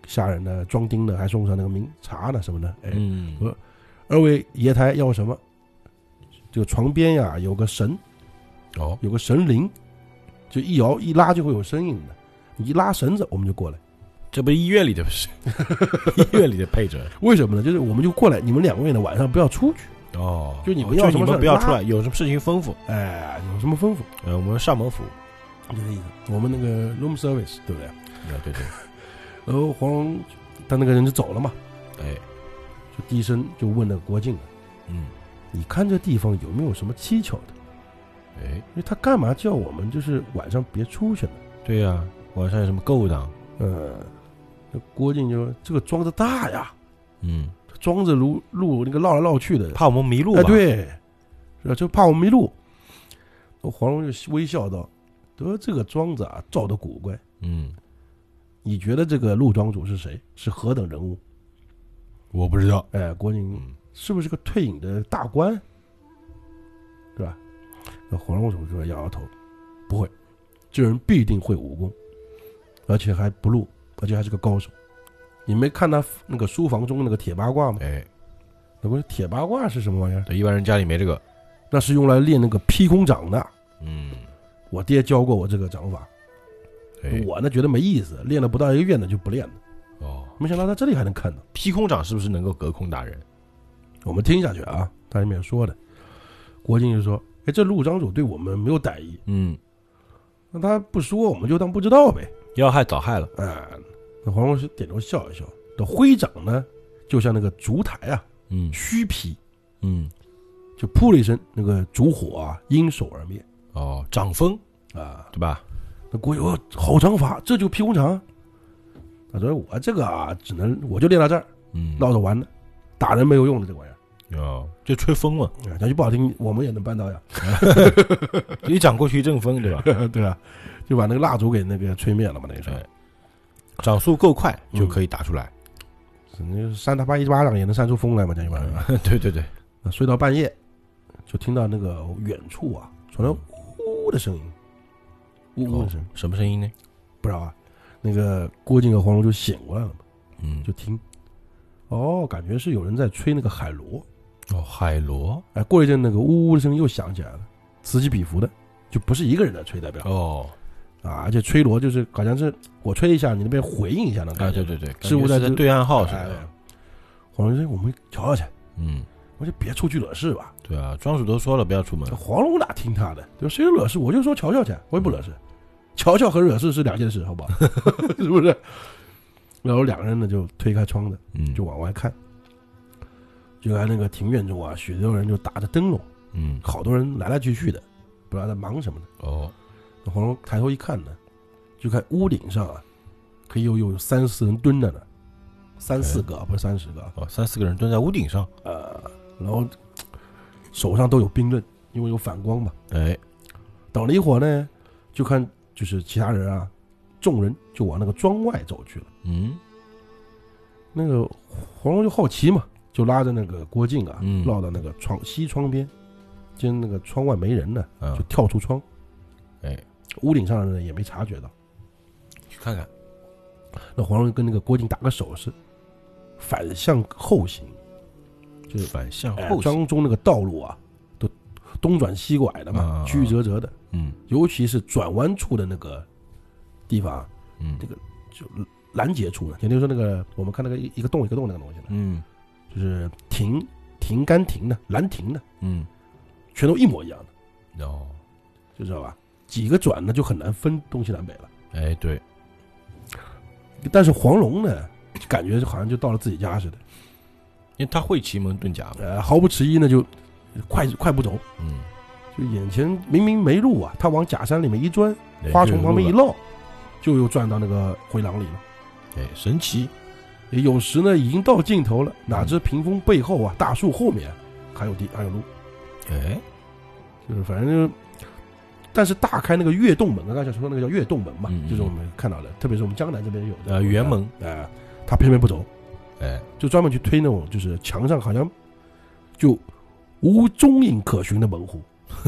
下人呢，装丁呢，还送上那个茗茶呢什么的。哎， 嗯， 说二位爷台要什么？这个床边呀有个绳， 哦， 有个绳铃，就一摇一拉就会有声音的。你一拉绳子，我们就过来。 这不是医院里的不是？医院里的配置。 为什么呢？就是我们就过来，你们两位呢晚上不要出去。 哦， 就你们要什么事不要出来，有什么事情吩咐。 哎，有什么吩咐？ 呃，我们上门服务， 就这意思。我们那个 room service， 对不对？ 啊，对对。 然后黄蓉，他那个人就走了嘛。 哎， 就低声就问那个郭靖， 嗯， 你看这地方有没有什么蹊跷的？ 哎， 因为他干嘛叫我们就是晚上别出去呢？ 对呀、啊，晚上有什么勾当？ 嗯，那郭靖就说这个庄子大呀， 嗯。 庄子路路那个绕来绕去的， 怕我们迷路吧？ 哎，对，是吧？就怕我们迷路。黄蓉就微笑道：“得这个庄子啊，造的古怪。 嗯， 你觉得这个陆庄主是谁？是何等人物？ 我不知道。 哎，郭靖是不是个退隐的大官？对吧？那黄蓉说摇摇头，不会，这人必定会武功，而且还不露，而且还是个高手。你没看他那个书房中那个铁八卦吗？ 哎， 那个铁八卦是什么玩意儿？ 对，一般人家里没这个， 那是用来练那个劈空掌的。 嗯， 我爹教过我这个掌法， 哎、 我呢觉得没意思，练了不到一个月呢就不练了。 哦， 没想到他这里还能看到劈空掌是不是能够隔空打人？ 我们听下去啊，他里面说的，郭靖就说：“哎，这陆庄主对我们没有歹意， 嗯， 那他不说我们就当不知道呗。 要害早害了。 哎，那黄蓉是点头笑一笑，这挥掌呢，就像那个烛台啊， 嗯， 虚劈， 嗯， 就噗了一声，那个烛火啊，因手而灭。 哦，掌风啊， 对吧？ 那郭靖说好掌法，这就劈空掌。他说我这个啊，只能我就练到这儿， 嗯， 闹着玩的，打人没有用的这个玩意儿。 哦，就吹风嘛， 讲句不好听，我们也能办到呀。 一掌过去一阵风，对吧？ 对吧？就把那个蜡烛给那个吹灭了嘛，那个时候。 掌速够快就可以打出来， 嗯，扇他爸一巴掌也能扇出风来嘛，讲句话。 对对对。 睡到半夜，就听到那个远处啊传来呜的声音，呜呜的声音， 什么声音呢？ 不知道啊。那个郭靖和黄蓉就醒过来了嘛， 嗯， 就听，哦，感觉是有人在吹那个海螺。 哦，海螺。 哎，过一阵那个呜呜的声音又响起来了，此起彼伏的，就不是一个人在吹，代表哦。 啊，而且吹锣就是好像是我吹一下，你那边回应一下呢。 啊，对对对， 似乎在对暗号似的。 黄蓉说：“我们瞧瞧去。” 嗯， 我就别出去惹事吧。 对啊，庄主都说了不要出门。 黄蓉哪听他的？对吧？谁惹事我就说瞧瞧去，我也不惹事。瞧瞧和惹事是两件事，好不好？是不是？然后两个人呢就推开窗子， 嗯， 就往外看，就看那个庭院中啊，许多人就打着灯笼， 嗯， 好多人来来去去的，不知道在忙什么呢。 哦。 黄蓉抬头一看呢，就看屋顶上啊，可以有有三四人蹲着呢，三四个、哎、不是三十个哦，三四个人蹲在屋顶上， 呃，然后手上都有冰刃，因为有反光嘛。 哎， 等了一会儿呢，就看就是其他人啊，众人就往那个庄外走去了。 嗯， 那个黄蓉就好奇嘛，就拉着那个郭靖啊， 嗯、 绕到那个窗西窗边，见那个窗外没人呢， 嗯、 就跳出窗。 哎。 屋顶上的人也没察觉到， 去看看。 那黄蓉跟那个郭靖打个手势，反向后行，就是反向后行。 庄中那个道路啊，都东转西拐的嘛，曲曲折折的。 嗯， 尤其是转弯处的那个地方， 嗯， 这个就拦截处呢，也就是说那个我们看那个一个洞一个洞那个东西呢， 嗯， 就是停停杆停的拦停的， 嗯， 全都一模一样的。 哦， 就知道吧？几个转呢就很难分东西南北了。 哎，对。 但是黄蓉呢，感觉好像就到了自己家似的， 因为他会奇门遁甲嘛。 呃，毫不迟疑呢就快快步走， 嗯， 就眼前明明没路啊，他往假山里面一钻，花丛旁边一绕，就又转到那个回廊里了。 哎，神奇。 有时呢已经到尽头了，哪知屏风背后啊，大树后面还有地还有路。 哎， 就是反正就。但是大开那个月洞门，刚才说那个叫月洞门嘛， 嗯嗯， 就是我们看到的，特别是我们江南这边有的呃辕门， 哎、呃，他偏偏不走， 哎， 就专门去推那种就是墙上好像就无踪影可寻的门户，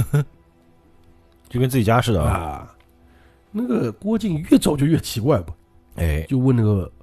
就跟自己家似的啊。那个郭靖越走就越奇怪吧， 哎， 就问那个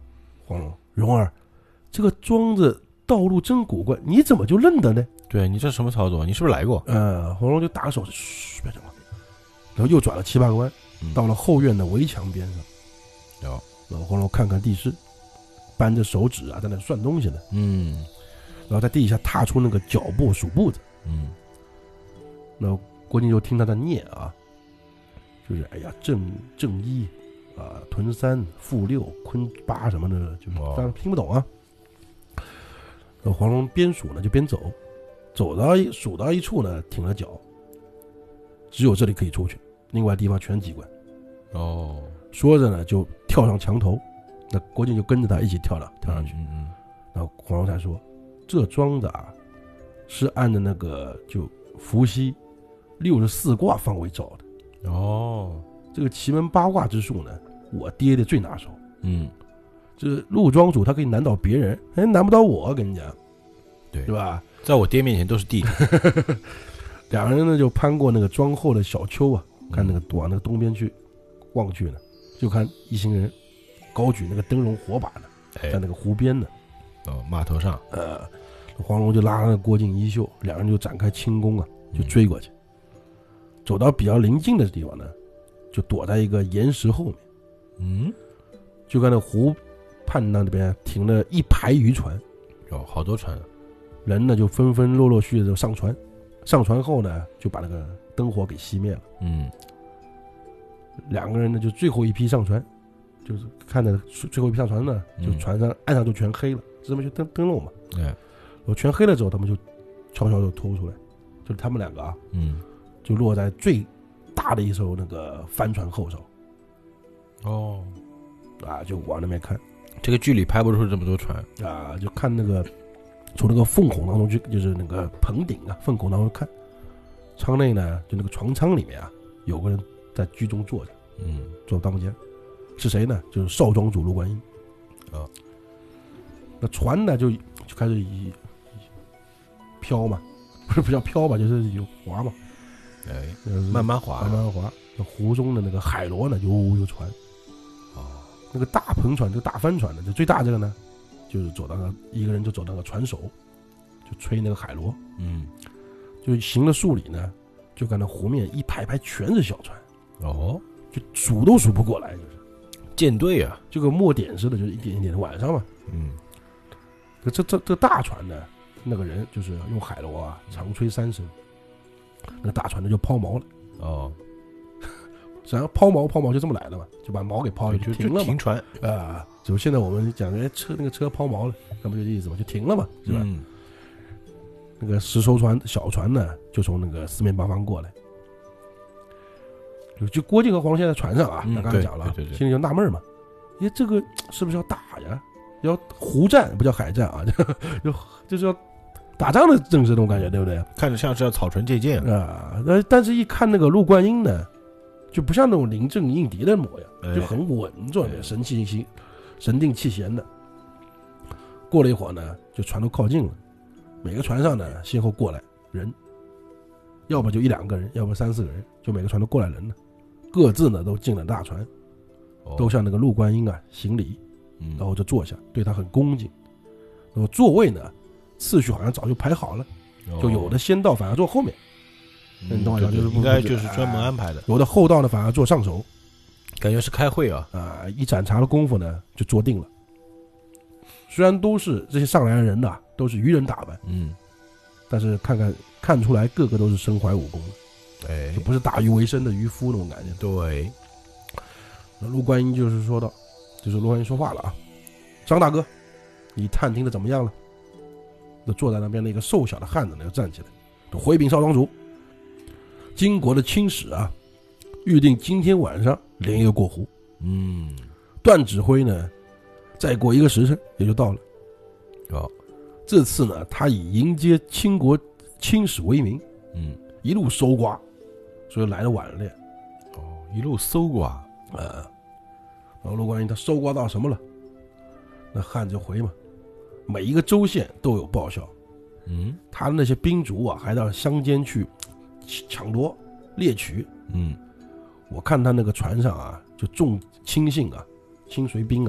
黄蓉，蓉儿，这个庄子道路真古怪，你怎么就认得呢？ 对，你这什么操作？你是不是来过？ 呃，黄蓉就打个手势，嘘，别讲话。然后又转了七八个弯， 嗯、 到了后院的围墙边上。 有， 然后黄蓉看看地势，扳着手指啊，在那算东西呢。 嗯， 然后在地下踏出那个脚步数步子。 嗯， 然后郭靖就听他在念啊，就是哎呀，正正一啊，屯三负六坤八什么的，就是当然听不懂啊。然后黄蓉边数呢就边走，走到一数到一处呢停了脚，只有这里可以出去，另外地方全机关。 哦， 说着呢就跳上墙头，那郭靖就跟着他一起跳了跳上去。 嗯嗯， 然后黄蓉才说，这庄子啊是按照那个就伏羲六十四卦方位造的。 哦， 这个奇门八卦之术呢，我爹的最拿手。 嗯， 这陆庄主他可以难倒别人，哎，难不倒我，跟你讲， 对， 是吧？ 在我爹面前都是弟弟。 两个人呢就攀过那个庄后的小丘啊，看那个往那个东边去望去呢，就看一行人高举那个灯笼火把呢，在那个湖边呢， 哦，码头上， 呃，黄蓉就拉了郭靖衣袖，两人就展开轻功啊，就追过去。嗯、走到比较临近的地方呢，就躲在一个岩石后面。 嗯， 就看那湖畔那边停了一排渔船， 有、哦、好多船， 人呢就纷纷落落续的就上船，上船后呢就把那个灯火给熄灭了。嗯，两个人呢就最后一批上船，就是看着最后一批上船呢，就船上岸上就全黑了，这么就灯灯笼嘛。 哎， 然后全黑了之后，他们就悄悄就偷出来，就是他们两个啊，嗯，就落在最大的一艘那个帆船后头。哦，啊，就往那边看， 这个剧里拍不出这么多船啊，就看那个从那个缝孔当中去，就是那个棚顶啊，缝孔当中看，舱内呢，就那个床舱里面啊，有个人在居中坐着，嗯，坐当间，是谁呢？就是少庄主陆观音啊。那船呢，就就开始以飘嘛，不是不叫飘吧，就是有滑嘛， 哎，慢慢滑， 慢慢滑。那湖中的那个海螺呢，游游船。那个大篷船，这个大帆船呢，就最大这个呢，就是走到个一个人就走到个船首，就吹那个海螺，嗯，就行了数里呢，就看到湖面一排排全是小船，哦，就数都数不过来，就是舰队啊， 就跟墨点似的，就是一点一点的晚上嘛，嗯，这这这这大船呢，那个人就是用海螺啊长吹三声，那个大船呢就抛锚了，哦。实际上抛锚抛锚就这么来的嘛，就把锚给抛下去停了嘛， 停船啊、呃！就现在我们讲，哎，车那个车抛锚了，那不就这意思嘛，就停了嘛，是吧？嗯、那个十艘船小船呢，就从那个四面八方过来，就就郭靖和黄蓉现在船上啊，他、嗯、刚才讲了，对对对，心里就纳闷嘛，哎，这个是不是要打呀？要湖战不叫海战啊，就就是要打仗的阵势那种感觉，对不对？ 看着像是要草船借箭啊，那、呃、但是一看那个陆观音呢。就不像那种临阵应敌的模样，就很稳重的，神气心、神定气闲的。过了一会儿呢，就船都靠近了，每个船上呢先后过来人，要么就一两个人，要么三四个人，就每个船都过来人了，各自呢都进了大船，都向那个陆观音啊行礼，然后就坐下，对他很恭敬。然后座位呢次序好像早就排好了，就有的先到反而坐后面。 嗯，懂我讲，就是应该就是专门安排的。 有的后到呢，反而坐上手， 感觉是开会啊啊！一盏茶的功夫呢，就坐定了。虽然都是这些上来的人呐、啊，都是渔人打扮，嗯，但是看看看出来，个个都是身怀武功的，哎，就不是打鱼为生的渔夫那种感觉。 对。 那陆观音就是说到，就是陆观音说话了啊，张大哥，你探听的怎么样了？那坐在那边的一个瘦小的汉子呢，就站起来，就回禀少庄主。金国的清使啊，预定今天晚上连夜过湖。嗯，段指挥呢，再过一个时辰也就到了。哦，这次呢，他以迎接清国清使为名，嗯，一路搜刮，所以来的晚了点。 哦，一路搜刮啊、 呃。然后陆观音他搜刮到什么了？那汉子回嘛，每一个州县都有报销。嗯，他的那些兵卒啊，还到乡间去抢夺猎取。嗯，我看他那个船上啊，就重亲信啊、亲随兵啊，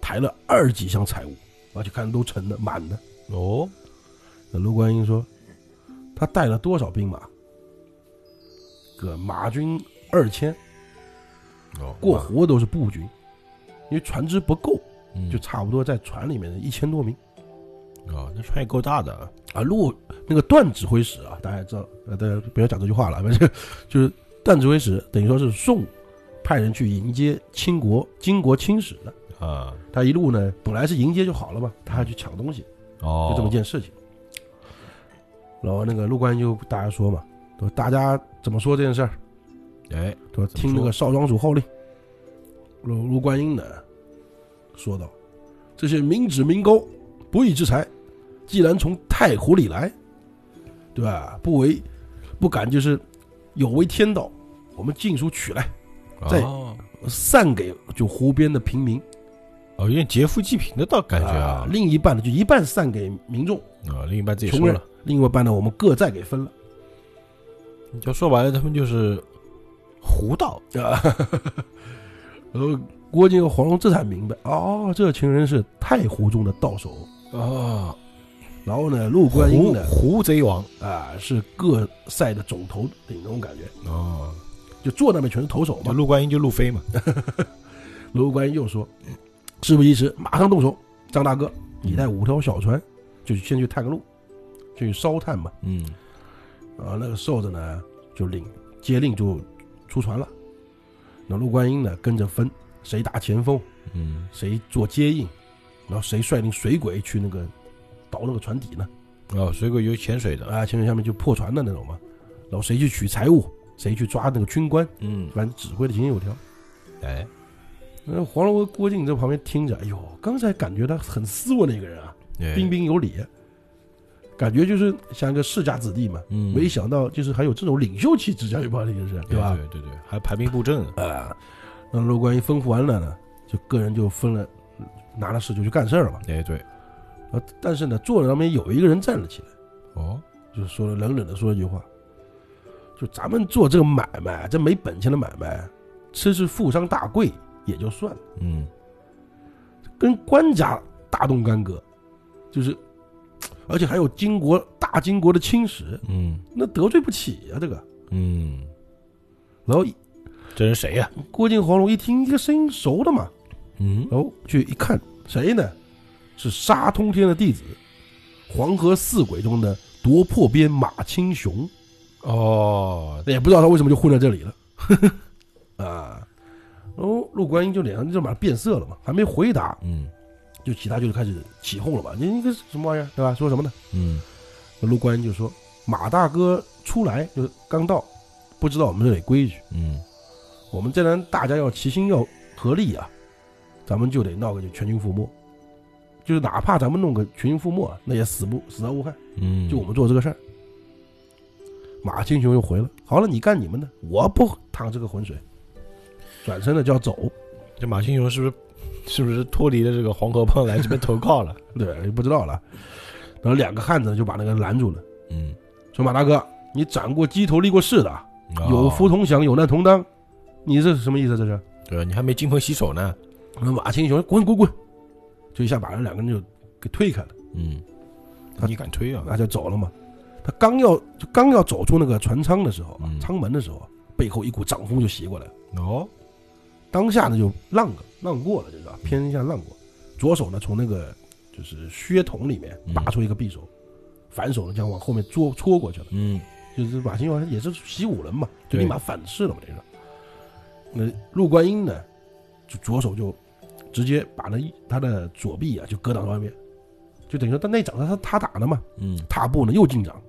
抬了二十几箱财物，而且看都沉的满的。 哦， 那陆观音说，他带了多少兵马？个马军二千， 哦， 过湖都是步军，因为船只不够， 嗯、 就差不多在船里面的一千多名。 哦，那船也够大的啊。陆那个段指挥使啊，大家知道，呃，大家不要讲这句话了，反正就是段指挥使等于说是宋派人去迎接清国金国清使的啊。 他一路呢，本来是迎接就好了嘛，他还去抢东西， 哦， 就这么一件事情。然后那个陆观音就大家说嘛，说大家怎么说这件事儿？ 哎， 说听那个少庄主号令。陆陆观音呢说道：“这些民脂民膏，不义之财，既然从太湖里来，对吧？不为不敢就是有违天道，我们尽数取来，再散给就湖边的平民。 哦，有点劫富济贫的到感觉啊。 啊另一半呢，就一半散给民众啊，另一半自己收了， 另外一半呢，我们各再给分了。 就说白了，他们就是胡道啊。然后郭靖和黄蓉这才明白，哦，这群人是太湖中的道手啊。 然后呢，陆观音呢， 胡贼王啊，是各赛的总头领那种感觉哦， 就坐那边全是头手嘛。 陆观音就陆飞嘛。 陆观音又说：“事不宜迟，马上动手。张大哥，你带五条小船，就先去探个路，去烧炭嘛。” 嗯， 啊，那个瘦子呢，就领接令就出船了。那陆观音呢，跟着分谁打前锋， 嗯， 谁做接应，然后谁率领水鬼去那个倒那个船底呢？ 哦，水鬼有潜水的啊，潜水下面就破船的那种嘛。然后谁去取财物，谁去抓那个军官， 嗯， 反正指挥的井井有条。 哎， 那黄蓉和郭靖在旁边听着，哎呦，刚才感觉他很斯文的一个人啊， 哎、 彬彬有礼，感觉就是像一个世家子弟嘛。 嗯， 没想到就是还有这种领袖气质，教育包这个是，对吧？ 对对对，还排兵布阵啊。那陆观音吩咐完了呢，就个人就分了，拿了事就去干事儿了嘛。 哎，对。 啊，但是呢，坐在那边有一个人站了起来， 哦， 就说了冷冷的说了一句话，就咱们做这个买卖，这没本钱的买卖，吃是富商大贵也就算了， 嗯， 跟官家大动干戈，就是，而且还有金国大金国的侵蚀， 嗯， 那得罪不起啊，这个， 嗯， 然后这人谁呀、啊？ 郭靖黄蓉一听，这个声音熟的嘛， 嗯， 然后去一看，谁呢？是杀通天的弟子，黄河四鬼中的夺破鞭马青雄。 哦， 也不知道他为什么就混在这里了。啊，然后陆观音就脸上就马上变色了嘛，还没回答， 嗯， 就其他就开始起哄了嘛，你你这什么玩意儿，对吧？说什么呢？ 嗯， 陆观音就说：“马大哥出来，就是刚到，不知道我们这里规矩， 嗯， 我们这然大家要齐心要合力啊，咱们就得闹个就全军覆没。”就是哪怕咱们弄个全军覆没，那也死不死而无憾。 嗯， 就我们做这个事儿。马青雄又回了，好了，你干你们的，我不趟这个浑水。转身呢就要走。 这马青雄是不是是不是脱离了这个黄河帮来这边投靠了？ 对，不知道了。然后两个汉子就把那个拦住了。 嗯， 说马大哥，你斩过鸡头立过誓的， 哦、 有福同享，有难同当，你这是什么意思？这是？ 对，你还没金盆洗手呢。 那马青雄滚滚滚！就一下把人两个人就给推开了。 嗯，他你敢推啊？ 那就走了嘛。他刚要就刚要走出那个船舱的时候， 嗯、 舱门的时候，背后一股掌风就袭过来了。 哦， 当下呢就浪个浪过了，就是吧？偏一下浪过，左手呢从那个就是靴筒里面拔出一个匕首，嗯、反手呢将往后面戳戳过去了。 嗯， 就是马青雄也是习武人嘛，就立马反噬了嘛，这个。那陆观音呢，就左手就。直接把那他的左臂啊就搁到外面，就等于说他那掌他他打的嘛， 嗯， 踏步呢又进掌。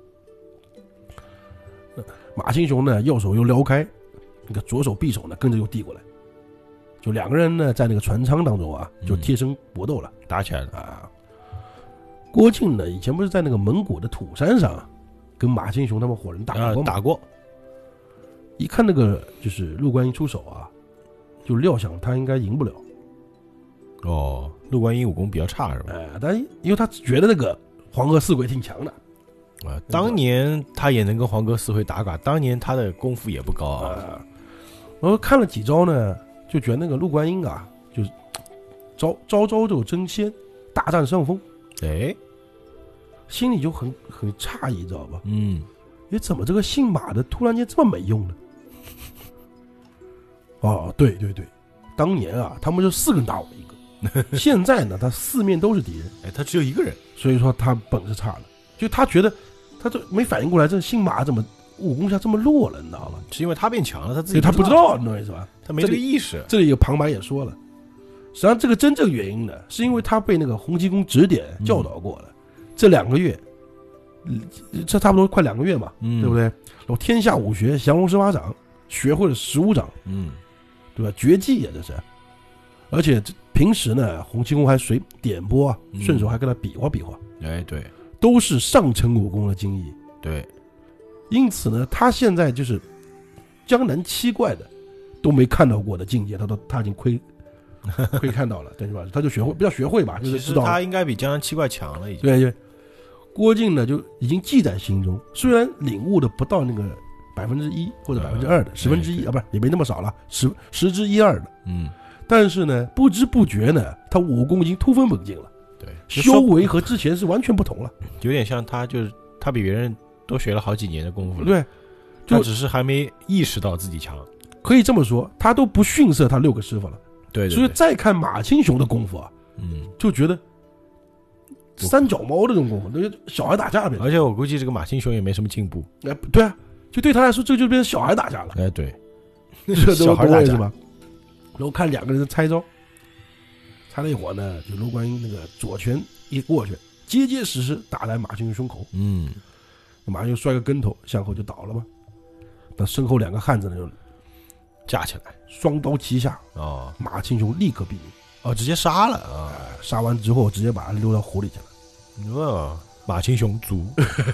马青雄呢右手又撩开，那个左手匕首呢跟着又递过来，就两个人呢在那个船舱当中啊就贴身搏斗了， 嗯、打起来了啊。郭靖呢以前不是在那个蒙古的土山上、啊、跟马青雄他们伙人打过吗？ 啊、打过。 一看那个就是陆观音出手啊，就料想他应该赢不了。 哦，陆观音武功比较差是吧？ 哎，但因为他觉得那个黄河四鬼挺强的啊，当年他也能跟黄河四鬼打嘎，当年他的功夫也不高啊。 然后看了几招呢，就觉得那个陆观音啊，就是朝朝朝就争先，大占上风。 哎， 心里就很很诧异，知道吧？ 嗯， 哎，怎么这个姓马的突然间这么没用呢？哦，对对对，当年啊，他们就四个人打我一个，现在呢，他四面都是敌人， 哎，他只有一个人， 所以说他本事差了。就他觉得，他就没反应过来，这姓马怎么武功下这么弱了，你知道吗？ 是因为他变强了，他自己他不知道，你懂我意思吧？ 他没这个意识。 这里有旁白也说了，实际上这个真正原因呢，是因为他被那个洪七公指点教导过了，嗯、这两个月，这差不多快两个月嘛，嗯、对不对？然后天下武学降龙十八掌学会了十五掌， 嗯， 对吧？绝技呀、啊，这是。而且平时呢，洪七公还随点拨啊，嗯、顺手还跟他比划比划。 哎，对， 都是上乘武功的精益。 对， 因此呢，他现在就是江南七怪的都没看到过的境界，他都他已经窥窥看到了，对吧？他就学会，不叫学会吧，就是知道他应该比江南七怪强了，已经。 对对，郭靖呢就已经记在心中，虽然领悟的不到那个百分之一或者百分之二的十分之一啊，不是也没那么少了，十十之一二的， 嗯。 但是呢，不知不觉呢，他武功已经突飞猛进了。 对， 修为和之前是完全不同了， 有点像他，就是他比别人多学了好几年的功夫了。 对， 他只是还没意识到自己强。 可以这么说，他都不逊色他六个师傅了。 对， 对， 对， 所以再看马青雄的功夫啊， 嗯， 就觉得三脚猫的这种功夫，那就小孩打架了。 而且我估计这个马青雄也没什么进步。 哎，对啊，就对他来说，这就变成小孩打架了。 哎，对， 小孩打架吧。然后看两个人的猜招，猜了一会儿呢，就罗贯英那个左拳一过去，结结实实打在马青雄胸口。 嗯， 马青雄摔个跟头，向后就倒了嘛。那身后两个汉子呢，就架起来， 双刀齐下。 哦， 马青雄立刻毙命。 哦，直接杀了啊！ 杀完之后，直接把他溜到湖里去了。哦，马青雄族，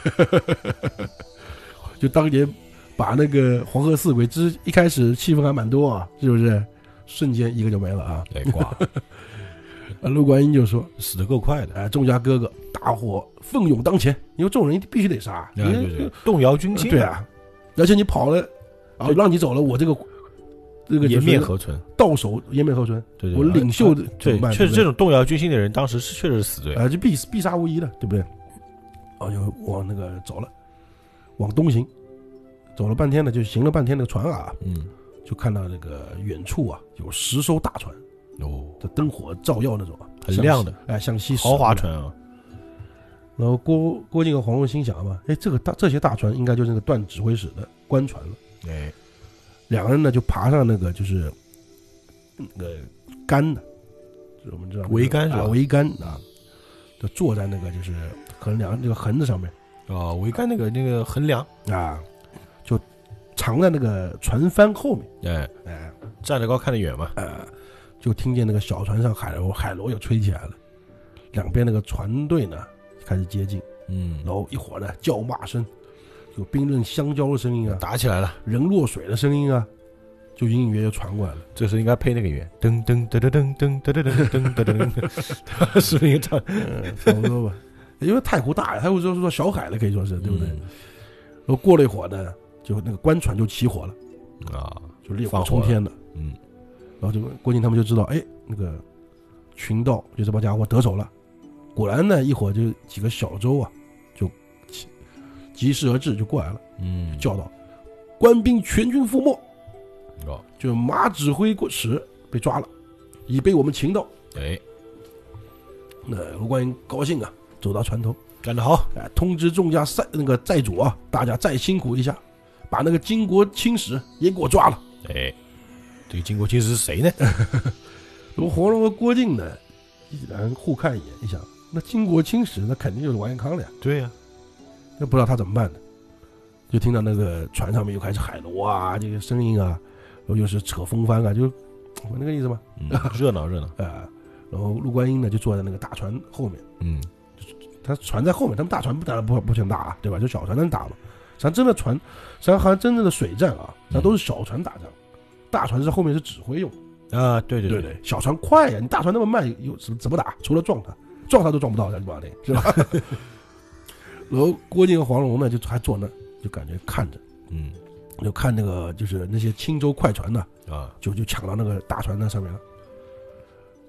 就当年把那个黄河四鬼之一开始气氛还蛮多啊，是不是？瞬间一个就没了啊！ 对，挂。 啊，陆观音就说：“ 死得够快的。” 哎，众家哥哥，大伙奋勇当前，因为众人必须得杀， 对对对，动摇军心。 对啊，而且你跑了，啊，让你走了，我这个这个颜面何存？ 到手颜面何存？ 对对， 我领袖的对，确实这种动摇军心的人，当时是确实是死罪啊，就必必杀无疑的，对不对？啊，就往那个走了，往东行，走了半天呢，就行了半天的船啊， 嗯。 就看到那个远处啊，有十艘大船， 哦， 这灯火照耀那种啊， 很亮的， 哎，向西豪华船啊。 然后郭郭靖和黄蓉心想嘛，哎，这个大这些大船应该就是那个段指挥使的官船了。 哎， 两个人呢就爬上那个就是那个杆的，我们知道桅杆是吧？ 桅杆啊，就坐在那个就是横梁那个横子上面。 哦，桅杆那个那个横梁啊。藏在那个船帆后面， 哎哎， 站得高看得远嘛， 呃，就听见那个小船上海螺海螺又吹起来了，两边那个船队呢开始接近， 嗯， 然后一会儿呢叫骂声，有兵刃相交的声音啊， 打起来了， 人落水的声音啊，就隐隐约约传过来了。 这时候应该配那个乐，噔噔噔噔噔噔噔噔噔噔噔，是不是唱？ 嗯，差不多吧，因为太湖大呀，太湖说说小海了，可以说是对不对？然后过了一会儿呢。就那个官船就起火了， 啊， 就烈火冲天了， 嗯， 然后就郭靖他们就知道，哎，那个群盗就这帮家伙得手了。果然呢，一会儿就几个小舟啊，就疾驰而至，就过来了， 嗯， 叫道：“官兵全军覆没！” 哦， 就马指挥使被抓了，已被我们擒到。 哎， 那罗贯英高兴啊，走到船头， 干得好！ 哎，通知众家寨那个寨主啊，大家再辛苦一下。把那个金国清使也给我抓了。 哎，这个金国清使是谁呢？ 我黄蓉和郭靖呢，一然互看一眼，一想，那金国清使那肯定就是王延康了呀。 对呀、啊， 那不知道他怎么办的，就听到那个船上面又开始海螺啊，这个声音啊，然后又是扯风帆啊，就那个意思嘛， 嗯、热闹热闹啊。然后陆观英呢就坐在那个大船后面， 嗯， 他船在后面，他们大船不当然不不想打啊，对吧？就小船能打嘛。咱真的船，咱好像真正的水战啊，咱都是小船打仗，大船是后面是指挥用啊，对对对对，小船快呀，你大船那么慢，有怎么怎么打？除了撞它，撞它都撞不到，咱不知道的，是吧？然后郭靖和黄蓉呢，就还坐那，就感觉看着， 嗯， 就看那个就是那些轻舟快船呢， 啊， 就就抢到那个大船那上面了。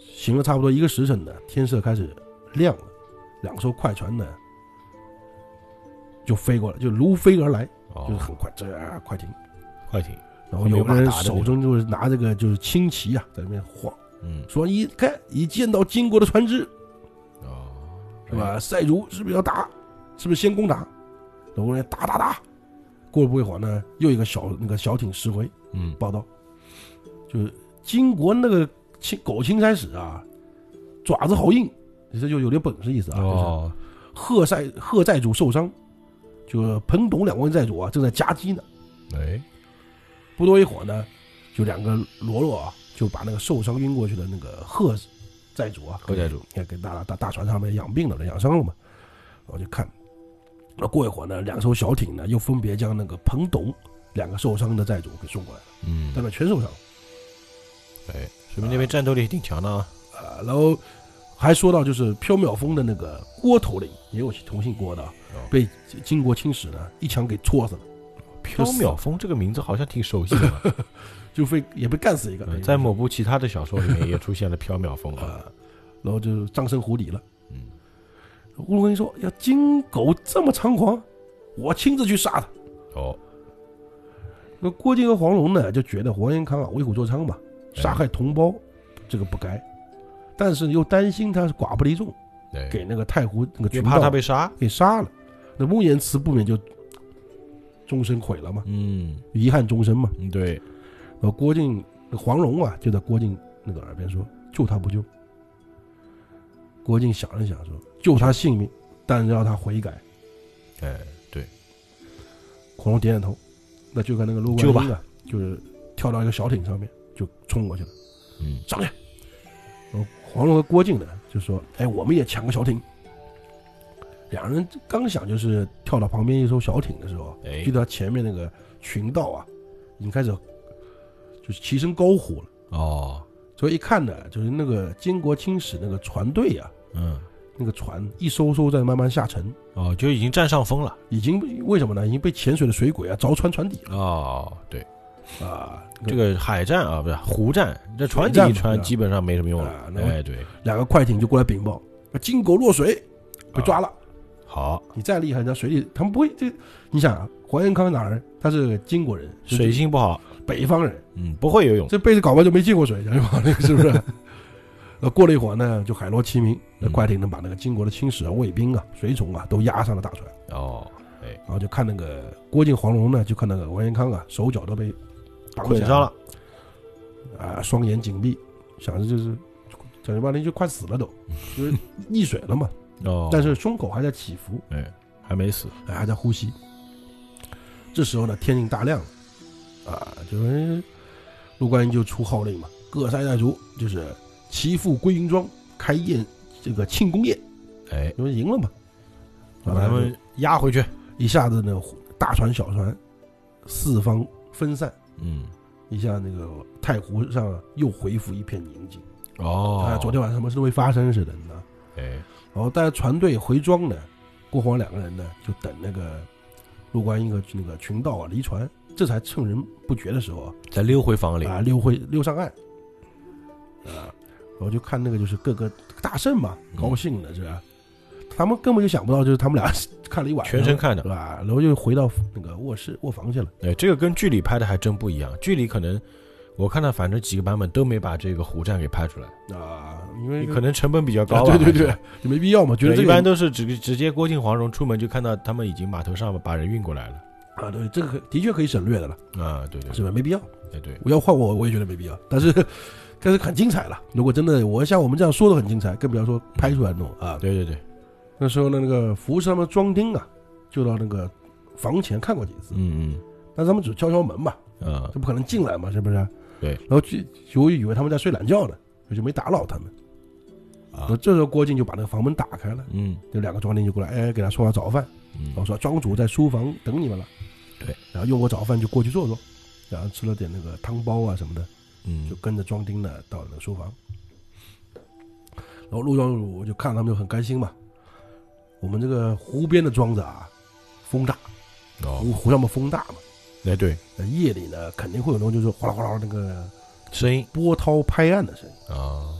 行了差不多一个时辰呢，天色开始亮了，两艘快船呢就飞过来，就如飞而来，哦、就是很快，这啊快艇， 快艇。 然后有个人手中就是拿这个就是轻旗啊，在那边晃，嗯，说一看已见到金国的船只，哦，是吧？塞族是不是要打？是不是先攻打？然后人打打打，过了不一会儿呢，又一个小那个小艇驶回，嗯，报道，就是金国那个青狗青差使啊，爪子好硬，这就有点本事意思啊。哦，贺塞贺寨主受伤，就彭董两位寨主啊正在夹击呢。哎，不多一会儿呢，就两个喽啰啊就把那个受伤晕过去的那个贺寨主啊， 贺寨主也给大大大船上面养病了，养伤了嘛。我就看，那过一会儿呢，两艘小艇呢又分别将那个彭董两个受伤的寨主给送过来了，嗯，他们全受伤。 哎，说明那边战斗力挺强的啊。 啊，然后还说到就是缥缈峰的那个郭头领，也有同姓郭的，哦、被金国青使呢一枪给戳死了。 缥缈峰这个名字好像挺熟悉的嘛， 就被也被干死一个。 在某部其他的小说里面也出现了缥缈峰啊， 然后就葬身湖底了。嗯。乌鲁根说：“呀，金狗这么猖狂，我亲自去杀他。”哦，那郭靖和黄蓉呢，就觉得黄延康啊为虎作伥嘛，杀害同胞，这个不该，但是又担心他是寡不敌众，给那个太湖那个群盗怕他被杀， 给杀了。那穆言辞不免就终身毁了嘛，嗯，遗憾终身嘛， 嗯，对。 然后郭靖、黄蓉啊，就在郭靖那个耳边说：“救他不救。”郭靖想了想说：“救他性命，但是要他悔改。” 哎，对。 黄蓉点点头，那就跟那个陆观音啊，就是跳到一个小艇上面就冲过去了。嗯，上去。然后黄蓉和郭靖呢就说：“哎，我们也抢个小艇。”两人刚想就是跳到旁边一艘小艇的时候，哎，遇到前面那个群盗啊，已经开始就是齐声高呼了。哦。所以一看呢，就是那个金国青使那个船队啊，嗯，那个船一艘艘在慢慢下沉， 哦，就已经占上风了， 已经为什么呢？已经被潜水的水鬼啊凿穿船底了。 哦，对，啊，这个海战啊，不是湖战，这船底一穿基本上没什么用了。啊、哎，对， 两个快艇就过来禀报，金狗落水，被抓了。啊、 好， 你再厉害，在水里他们不会这，你想啊，黄延康哪人？他是金国人， 水性不好。 北方人， 嗯，不会游泳， 这辈子搞不好就没进过水，那个是不是？那过了一会儿呢，就海螺齐鸣，那快艇能把那个金国的青使啊、卫兵啊、随从啊都押上了大船。哦，哎，然后就看那个郭靖、黄蓉呢，就看那个王延康啊，手脚都被捆上了， 啊，双眼紧闭，想着就是整半天就快死了都，就是溺水了嘛。哦，但是胸口还在起伏， 哎，还没死， 哎，还在呼吸。这时候呢，天已大亮了。啊，就是陆观音就出号令嘛，各塞寨族就是齐赴归云庄开宴这个庆功宴，哎，因为赢了嘛， 把他们压回去， 一下子呢大船小船四方分散，嗯，一下那个太湖上又恢复一片宁静。哦，啊，昨天晚上什么事都没发生似的呢，哎，然后带着船队回庄呢，郭黄两个人呢就等那个陆观音和那个群盗啊离船。这才趁人不觉的时候啊， 再溜回房里啊，溜回溜上岸，啊，然后就看那个就是各个大圣嘛，高兴的是吧？他们根本就想不到，就是他们俩看了一晚上， 全程看着， 是吧？然后又回到那个卧室卧房去了。 哎，这个跟剧里拍的还真不一样。剧里可能我看到反正几个版本都没把这个湖战给拍出来啊，因为可能成本比较高、啊啊，对对对，就没必要嘛。觉得、这个、 一般都是直直接郭靖黄蓉出门就看到他们已经码头上把人运过来了。 啊，对，这个的确可以省略的了啊，对对， 是吧？没必要， 对对， 我要换我，我也觉得没必要，但是，但是很精彩了。如果真的我像我们这样说的很精彩，更不要说拍出来那种啊。 对对对， 那时候呢，那个服侍他们庄丁啊，就到那个房前看过几次，嗯嗯，但他们只敲敲门嘛，啊，这不可能进来嘛，是不是？ 对， 然后就就以为他们在睡懒觉呢，就没打扰他们。啊，这时候郭靖就把那个房门打开了，嗯，有两个庄丁就过来，哎，给他送上早饭，嗯，然后说庄主在书房等你们了。 对， 然后用过早饭就过去坐坐，然后吃了点那个汤包啊什么的，嗯，就跟着庄丁呢到那个书房。然后陆庄主就看他们就很开心嘛。我们这个湖边的庄子啊，风大，哦、湖湖上面风大嘛， 哎对， 夜里呢肯定会有那种就是哗啦哗啦那个声音， 波涛拍岸的声音啊。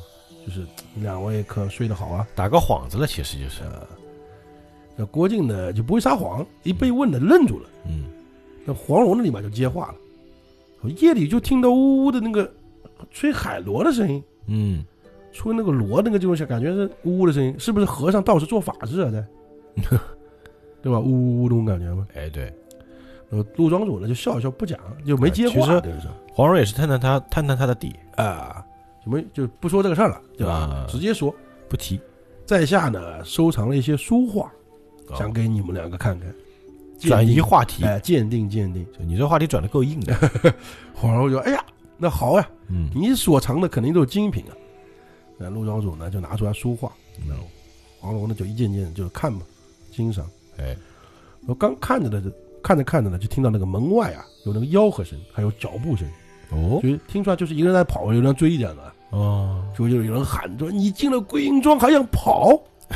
就是两位可睡得好啊， 打个幌子了，其实就是。 那郭靖呢就不会撒谎，一被问的愣住了。 嗯， 那黄蓉呢立马就接话了，夜里就听到呜呜的那个吹海螺的声音。 嗯， 吹那个螺那个就是感觉是呜呜的声音，是不是和尚道士做法事啊？在，对吧？呜呜呜那种感觉吗？ 哎，对。 呃，陆庄主呢就笑一笑不讲，就没接话。 其实黄蓉也是探探他探探他的底啊，就没就不说这个事儿了，对吧？啊、直接说不提。 在下呢收藏了一些书画，哦、想给你们两个看看， 转移话题， 哎，鉴定鉴定。 你这话题转得够硬的。 黄蓉就哎呀，那好呀，嗯，你所藏的肯定都是精品啊。那陆庄主呢就拿出来书画，然后黄蓉呢就一件件就看嘛，欣赏。 哎， 我刚看着的。看着看着呢，就听到那个门外啊有那个吆喝声，还有脚步声。哦，就听出来就是一个人在跑，有人追这样的。哦，就有有人喊说：“你进了归阴庄还想跑？”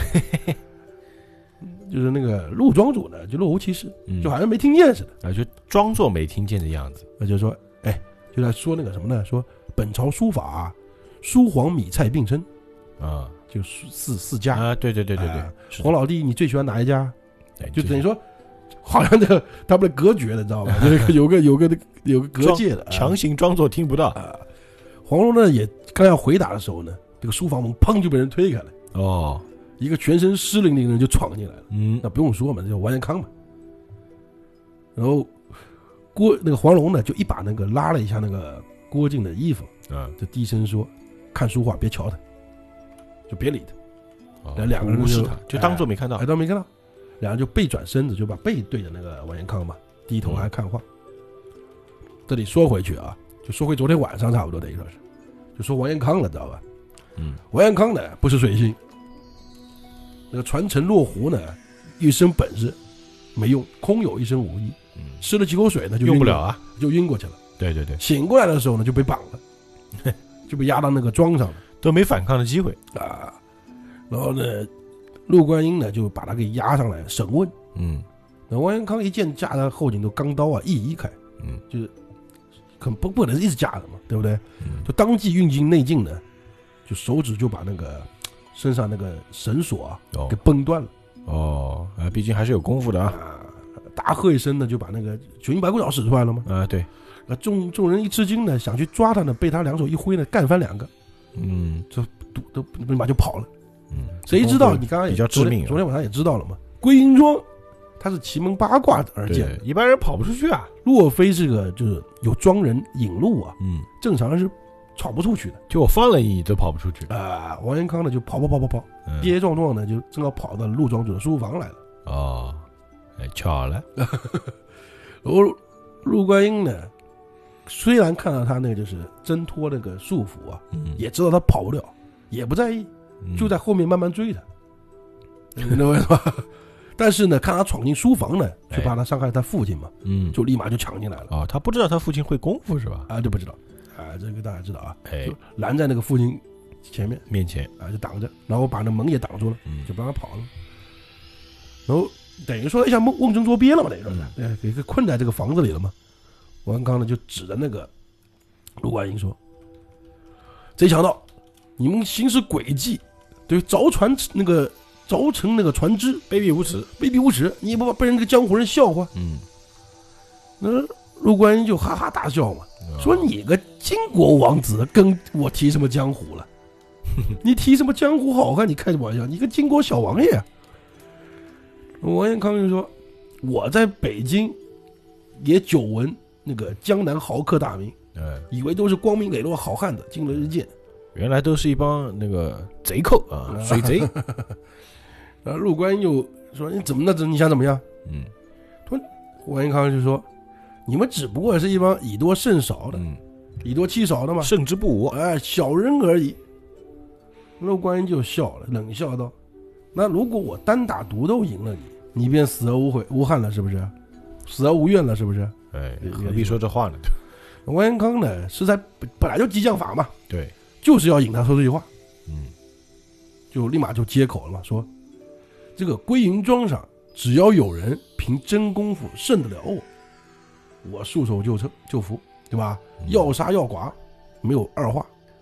就是那个陆庄主呢，就若无其事，嗯、就好像没听见似的， 啊，就装作没听见的样子。 那就说：“哎，就在说那个什么呢？说本朝书法、啊，蔬黄米菜并称，啊，就四四家啊，对对对对对。啊、 黄老弟，你最喜欢哪一家？就等于说。”好像这个他们的隔绝的，你知道吧？就是有个有个有个隔界的， 强行装作听不到。 啊、黄蓉呢也刚要回答的时候呢，这个书房门砰就被人推开了。 哦， 一个全身湿淋淋的人就闯进来了。嗯，那不用说嘛，这叫完颜康嘛。然后郭那个黄蓉呢就一把那个拉了一下那个郭靖的衣服，啊，就低声说：“看书画别瞧他，就别理他。”然后两个人就就当作没看到， 哎，当没看到。两人就背转身子，就把背对着那个完颜康嘛，低头还看画。嗯、这里说回去啊，就说回昨天晚上差不多等于说是，就说完颜康了，知道吧？嗯，完颜康呢不是水星，那个传承落湖呢，一身本事没用，空有一身武艺。嗯，吃了几口水呢就用不了啊， 就晕过去了。 对对对， 醒过来的时候呢就被绑了，就被压到那个桩上了， 都没反抗的机会啊。然后呢？陆观音呢，就把他给押上来审问。嗯，那完颜康一见架的后颈都钢刀啊，一移开。嗯，就是可不不能一直架着嘛，对不对？嗯，就当即运进内劲呢，就手指就把那个身上那个绳索啊、哦、给崩断了。 哦，啊，毕竟还是有功夫的啊！ 大喝一声呢，就把那个九阴白骨爪使出来了嘛。 啊，对。 那众众人一吃惊呢，想去抓他呢，被他两手一挥呢，干翻两个。嗯，就都都立马就跑了。嗯，谁知道你刚刚也比较致命、啊， 昨天晚上也知道了嘛？归阴庄，他是奇门八卦而建， 一般人跑不出去啊。 若非这个就是有庄人引路啊，嗯，正常人是闯不出去的。 就我放了你，都跑不出去啊、呃！王延康呢就跑跑跑跑跑，嗯、跌跌撞撞呢就正好跑到陆庄主的书房来了。 哦，哎，巧了。 然后陆观音呢，虽然看到他那个就是挣脱那个束缚啊，嗯、也知道他跑不了，也不在意。就在后面慢慢追他，你懂我意思吧？但是呢，看他闯进书房呢，就怕他伤害他父亲嘛，嗯，就立马就抢进来了。 哦，他不知道他父亲会功夫是吧？ 啊，就不知道，啊，这个大家知道啊，哎，就拦在那个父亲前面面前啊，就挡着，然后把那门也挡住了，嗯，就不让他跑了。然后等于说一下瓮瓮中捉鳖了嘛，等于说是，哎，给困在这个房子里了嘛。王康呢就指着那个陆观音说：“贼强盗！你们行使诡计，对凿船那个凿成那个船只， 卑鄙无耻， 卑鄙无耻！你也不怕被人个江湖人笑话？”嗯，那陆观音就哈哈大笑嘛，哦、说：“你个金国王子，跟我提什么江湖了？你提什么江湖好汉？你开什么玩笑？你个金国小王爷、啊！”王延康就说：“我在北京也久闻那个江南豪客大名，嗯、以为都是光明磊落好汉子，惊了日见。” 原来都是一帮那个贼寇啊，水贼。 然后陆观音又说：“你怎么那你想怎么样？”嗯，说王延康就说：“你们只不过是一帮以多胜少的，嗯、以多欺少的嘛， 胜之不武， 哎，小人而已。”陆观音就笑了，冷笑道：“那如果我单打独斗赢了你，你便死而无悔无憾了，是不是？死而无怨了，是不是？” 哎，何必说这话呢？ 王延康呢，是在本来就激将法嘛， 对。 就是要引他说这句话，嗯，就立马就接口了嘛，说这个归云庄上只要有人凭真功夫胜得了我，我束手就成就服，对吧？要杀要剐，没有二话。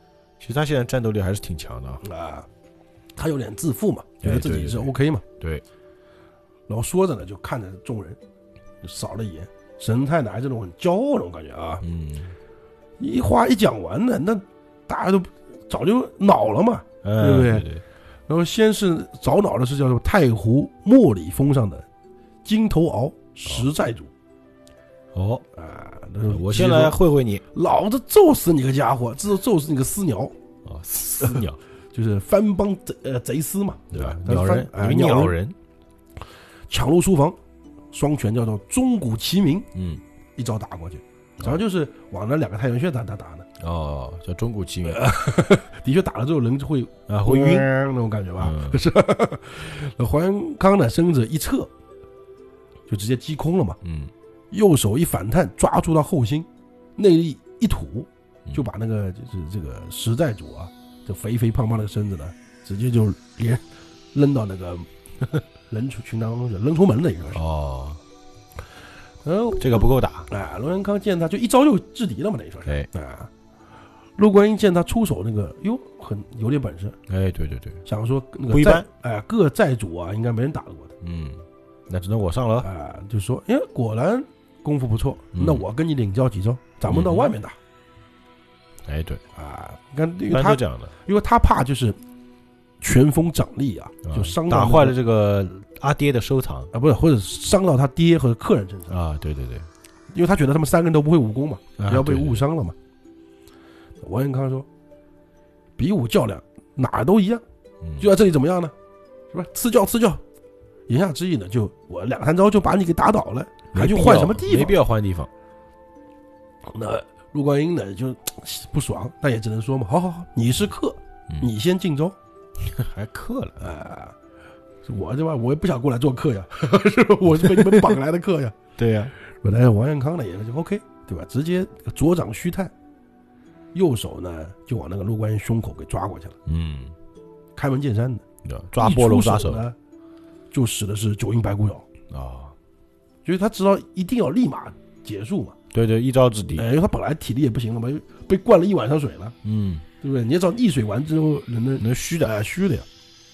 其实他现在战斗力还是挺强的啊，他有点自负嘛，觉得自己是 OK 嘛， 对， 对， 对， 然后说着呢，就看着众人，就扫了一眼，神态呢还是那种很骄傲那种感觉啊。 嗯， 一话一讲完呢，那大家都早就恼了嘛， 嗯、 对不对？ 对对， 然后先是早恼的是叫做太湖莫里峰上的金头鳌石寨主。 哦啊， 我先来会会你， 老子揍死你个家伙，揍揍死你个私鸟啊！私鸟就是番邦贼呃贼私嘛，对吧？ 鸟人， 啊， 鸟人抢入书房，双拳叫做钟鼓齐鸣， 嗯， 一招打过去，主要就是往那两个太阳穴打打打的。 哦，叫钟鼓齐鸣， 的确打了之后人就会啊会晕那种感觉吧？是吧？那黄元康呢，身子一侧，就直接击空了嘛。 嗯。 右手一反探，抓住他后心，内力一吐，就把那个就是这个石寨主啊，这肥肥胖胖的身子呢，直接就连扔到那个人群当中去，扔出门了，应该是。 哦， 然后这个不够打， 哎，罗元康见他就一招就制敌了嘛，等于说是。 哎， 啊，陆观音见他出手那个，哟，很有点本事。 哎，对对对， 想说那个不一般， 哎，各寨主啊，应该没人打得过他。 嗯，那只能我上了。 啊，就说，哎，果然。功夫不错，那我跟你领教几招，咱们到外面打。 哎，对啊，你看，因为他这样的， 因为他怕就是拳风掌力啊，就伤打坏了这个阿爹的收藏啊，不是，或者伤到他爹或者客人身上啊。对对对， 因为他觉得他们三个人都不会武功嘛，不要被误伤了嘛。王元康说：“比武较量哪都一样，就在这里怎么样呢？是吧？赐教赐教。”言下之意呢，就我两三招就把你给打倒了。还去换什么地方？ 没必要换地方。 那陆观音呢就不爽，但也只能说嘛，好好好，你是客，嗯、你先进招， 还客了啊、呃！我这吧，我也不想过来做客呀，是吧？我是被你们绑来的客呀。 对呀、啊， 本来王元康呢也就 OK， 对吧？直接左掌虚探，右手呢就往那个陆观音胸口给抓过去了。 嗯， 开门见山的抓波龙抓手呢，就使的是九阴白骨爪啊。哦， 就是他知道一定要立马结束嘛， 对对，一招制敌。 哎，因为他本来体力也不行了嘛，被灌了一晚上水了， 嗯， 对不对？你也知道溺水完之后人能能虚的， 哎，虚的呀。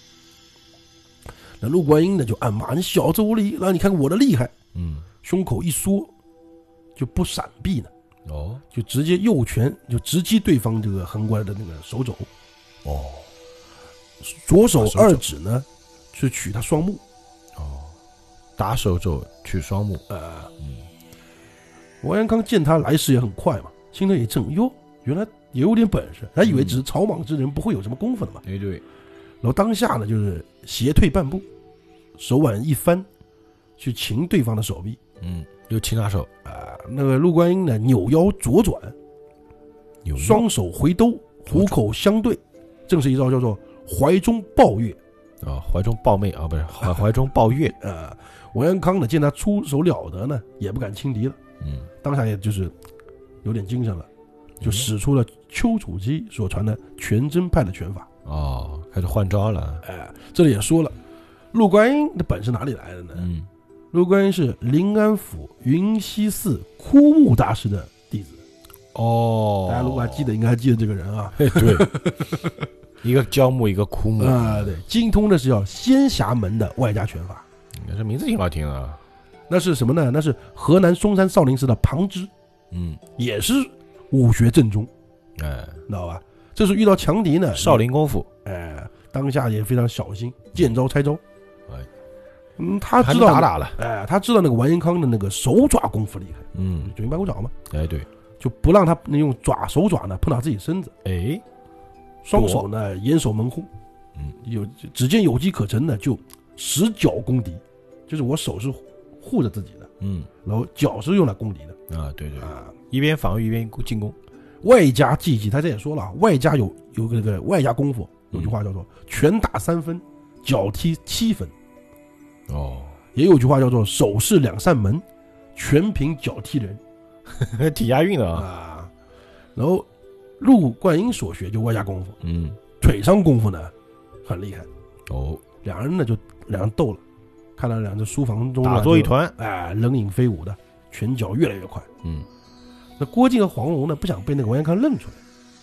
那陆观音呢就暗骂你小子无礼，让你看看我的厉害。 嗯， 胸口一缩，就不闪避呢， 哦， 就直接右拳就直击对方这个横过来的那个手肘。 哦， 左手二指呢去取他双目。 哦。打手肘取双目， 呃，嗯，王元康见他来势也很快嘛，心里一震，哟，原来也有点本事，他以为只是草莽之人，不会有什么功夫的嘛。 哎对， 然后当下呢，就是斜退半步，手腕一翻，去擒对方的手臂， 嗯，又擒他手啊、呃。那个陆观音呢，扭腰左转，双手回兜，虎口相对，正是一招叫做怀中抱月。 啊、哦，怀中抱妹啊，不是怀怀中抱月啊。王元康呢，见他出手了得呢，也不敢轻敌了。 嗯， 当下也就是有点精神了，就使出了丘处机所传的全真派的拳法。 哦，开始换招了。 哎，这里也说了，陆观音的本事哪里来的呢？ 嗯， 陆观音是临安府云溪寺枯木大师的弟子。 哦， 大家如果还记得，应该还记得这个人啊。 对。一个焦木，一个枯木啊，对，精通的是叫仙侠门的外家拳法。 这名字挺好听啊。 那是什么呢？那是河南嵩山少林寺的庞之， 嗯， 也是武学正宗， 哎， 知道吧？这是遇到强敌呢， 少林功夫， 哎，当下也非常小心，见招拆招。 哎， 嗯，他知道打打了， 哎，他知道那个王元康的那个手爪功夫厉害， 嗯， 九阴白骨爪嘛， 哎，对， 就不让他能用爪手爪呢碰到自己身子， 哎。 双手呢严守门户， 嗯， 有只见有机可乘呢，就使脚攻敌，就是我手是护着自己的， 嗯， 然后脚是用来攻敌的啊，对对啊， 一边防御一边进攻， 外加技技，他这也说了，外加有有个那个外加功夫，有句话叫做拳打三分，脚踢七分， 哦， 也有句话叫做手是两扇门，全凭脚踢人， 挺押韵的啊， 啊，然后。陆观音所学就外加功夫， 嗯， 腿上功夫呢很厉害哦。 两人呢就两人斗了，看到两只书房中打作一团， 哎，人影飞舞的，拳脚越来越快。 嗯， 那郭靖和黄蓉呢不想被那个王元康认出来，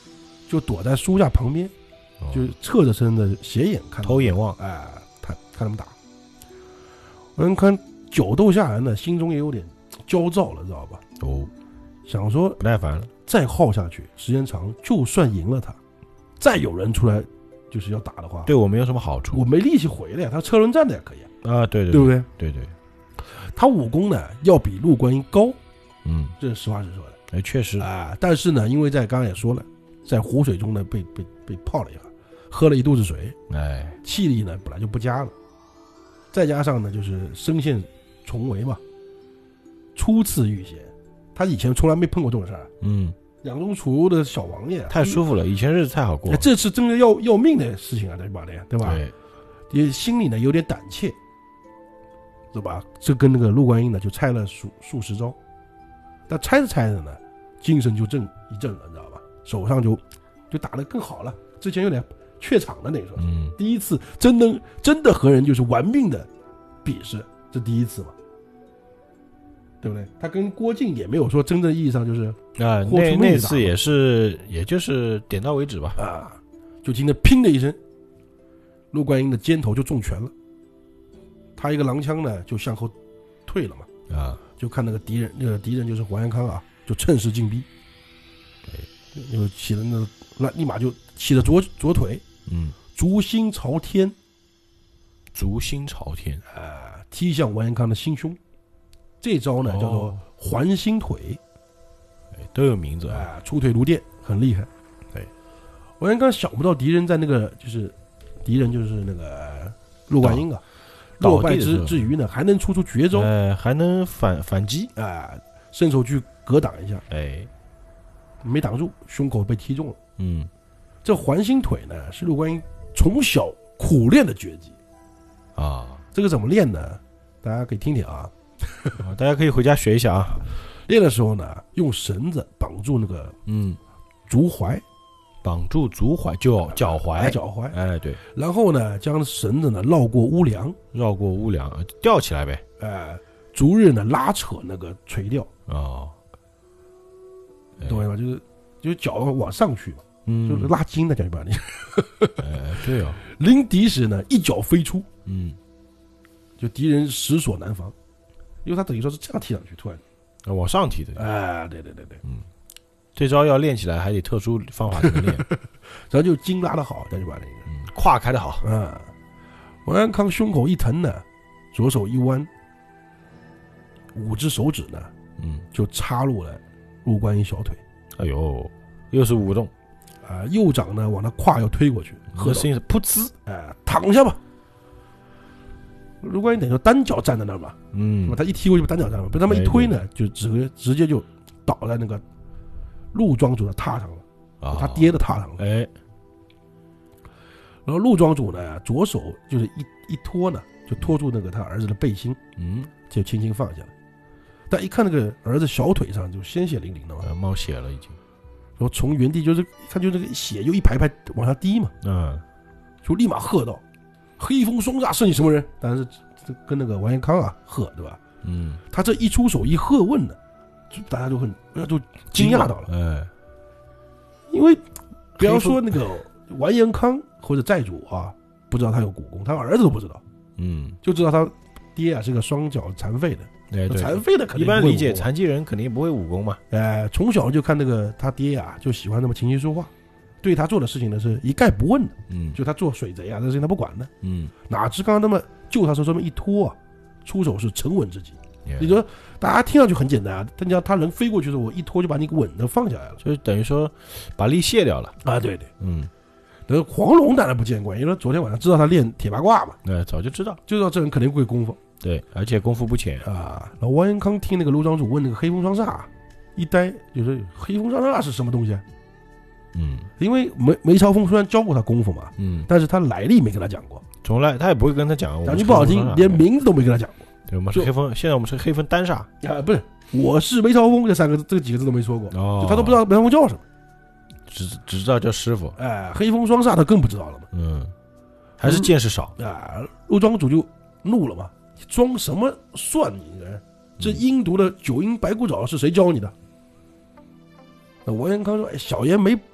就躲在书架旁边，哦、就侧着身的斜眼看， 偷眼望， 哎，看看他们打。王元康久斗下来呢，心中也有点焦躁了，知道吧？ 哦， 想说不耐烦了， 再耗下去，时间长，就算赢了他，再有人出来就是要打的话， 对我没有什么好处， 我没力气回来呀。他车轮战的也可以啊，对对， 对不对？ 对对， 他武功呢要比陆观音高， 嗯， 这是实话实说的。 哎，确实啊，但是呢，因为在刚刚也说了，在湖水中呢被被被泡了一下，喝了一肚子水， 哎， 气力呢本来就不佳了，再加上呢就是身陷重围嘛，初次遇险，他以前从来没碰过这种事儿， 嗯， 两中处优的小王爷太舒服了，以前日子太好过， 这次真的要要命的事情啊，对吧？对吧？ 对， 也心里呢有点胆怯，对吧？这跟那个陆观音呢就拆了数数十招。但拆着拆着呢，精神就振一振了，你知道吧？手上就就打得更好了。之前有点怯场的那个时候， 嗯， 第一次真的真的和人就是玩命的比试，这第一次嘛，对不对？他跟郭靖也没有说真正意义上就是啊，那那次也是，也就是点到为止吧。 啊，就听着砰的一声，陆观音的肩头就中拳了，他一个踉跄呢就向后退了嘛， 啊。 就看那个敌人，那个敌人就是黄延康啊，就趁势进逼，对，就起了那那立马就起了左左腿， 嗯， 逐心朝天， 逐心朝天啊、呃，踢向王延康的心胸，这招呢、哦、叫做环心腿， 都有名字啊、呃，出腿如电，很厉害。对，王延康想不到敌人在那个就是敌人就是那个陆观音啊。落败之之余呢，还能出出绝招， 哎，还能反反击， 哎，伸手去格挡一下， 哎， 没挡住，胸口被踢中了。 嗯， 这环心腿呢，是陆观音从小苦练的绝技啊。 这个怎么练呢？大家可以听听啊， 大家可以回家学一下啊。 练的时候呢，用绳子绑住那个嗯足踝。 绑住足踝，就脚踝， 脚踝， 哎，对， 然后呢，将绳子呢绕过屋梁， 绕过屋梁，吊起来呗， 哎，逐日呢拉扯那个垂钓， 哦， 懂吗？就是就是脚往上去嘛， 嗯， 就是拉筋的感觉吧，你， 哎，对哦， 临敌时呢，一脚飞出， 嗯， 就敌人实所难防，因为他等于说是这样踢上去，突然， 啊，往上踢的， 哎，对对对对， 嗯。这招要练起来，还得特殊方法才能练， 然后就筋拉得好，再就把那个， 嗯，胯开得好， 嗯，王安康胸口一疼呢，左手一弯，五只手指呢， 嗯，就插入了陆观音小腿， 哎呦，又是舞动， 啊、呃，右掌呢往他胯要推过去， 和声音是噗呲， 哎、呃，躺下吧。陆观音等于说单脚站在那儿嘛， 嗯， 他一踢过去，单脚站嘛，被他们一推呢，就直接直接就倒在那个。陆庄主的榻上了，哦、他爹的榻上了。 哎， 然后陆庄主呢，左手就是一一拖呢，就拖住那个他儿子的背心， 嗯， 就轻轻放下来。但一看那个儿子小腿上就鲜血淋淋的嘛， 冒血了已经。 然后从原地就是看就那个血就一排排往下滴嘛， 嗯， 就立马喝道：“黑风双煞是你什么人？”当然是跟那个王延康啊喝，对吧？ 嗯， 他这一出手一喝问呢。就大家就很就惊讶到了， 哎， 因为不要说那个完颜康或者寨主啊，不知道他有武功，他儿子都不知道， 嗯， 就知道他爹啊是个双脚残废的， 对对， 残废的肯定一般理解残疾人肯定不会武功嘛， 哎，从小就看那个他爹啊，就喜欢那么琴棋书画，对他做的事情呢是一概不问的， 嗯， 就他做水贼啊，这事情他不管的， 嗯， 哪知刚刚那么救他时候这么一拖啊，出手是沉稳之极。你说大家听上去很简单啊，但你要他人飞过去的时候，我一拖就把你稳的放下来了， 就等于说把力卸掉了啊！对对， 嗯， 那黄龙当然不见怪，因为昨天晚上知道他练铁八卦嘛， 哎，早就知道， 就知道这人肯定会功夫， 对，而且功夫不浅啊。然后王延康听那个陆庄主问那个黑风双煞，一呆，就是黑风双煞是什么东西？ 嗯， 因为梅梅超风虽然教过他功夫嘛， 嗯， 但是他来历没跟他讲过， 从来他也不会跟他讲， 讲句不好听，连名字都没跟他讲过。 对，我们是黑风，现在我们是黑风单煞啊，不是，我是梅超风这三个这几个字都没说过， 哦， 就他都不知道梅超风叫什么， 只只知道叫师傅， 哎，黑风双煞他更不知道了嘛， 嗯，还是见识少啊。陆庄主就怒了嘛，你装什么蒜你人？这阴毒的九阴白骨爪是谁教你的？那王延康说：“哎，小爷没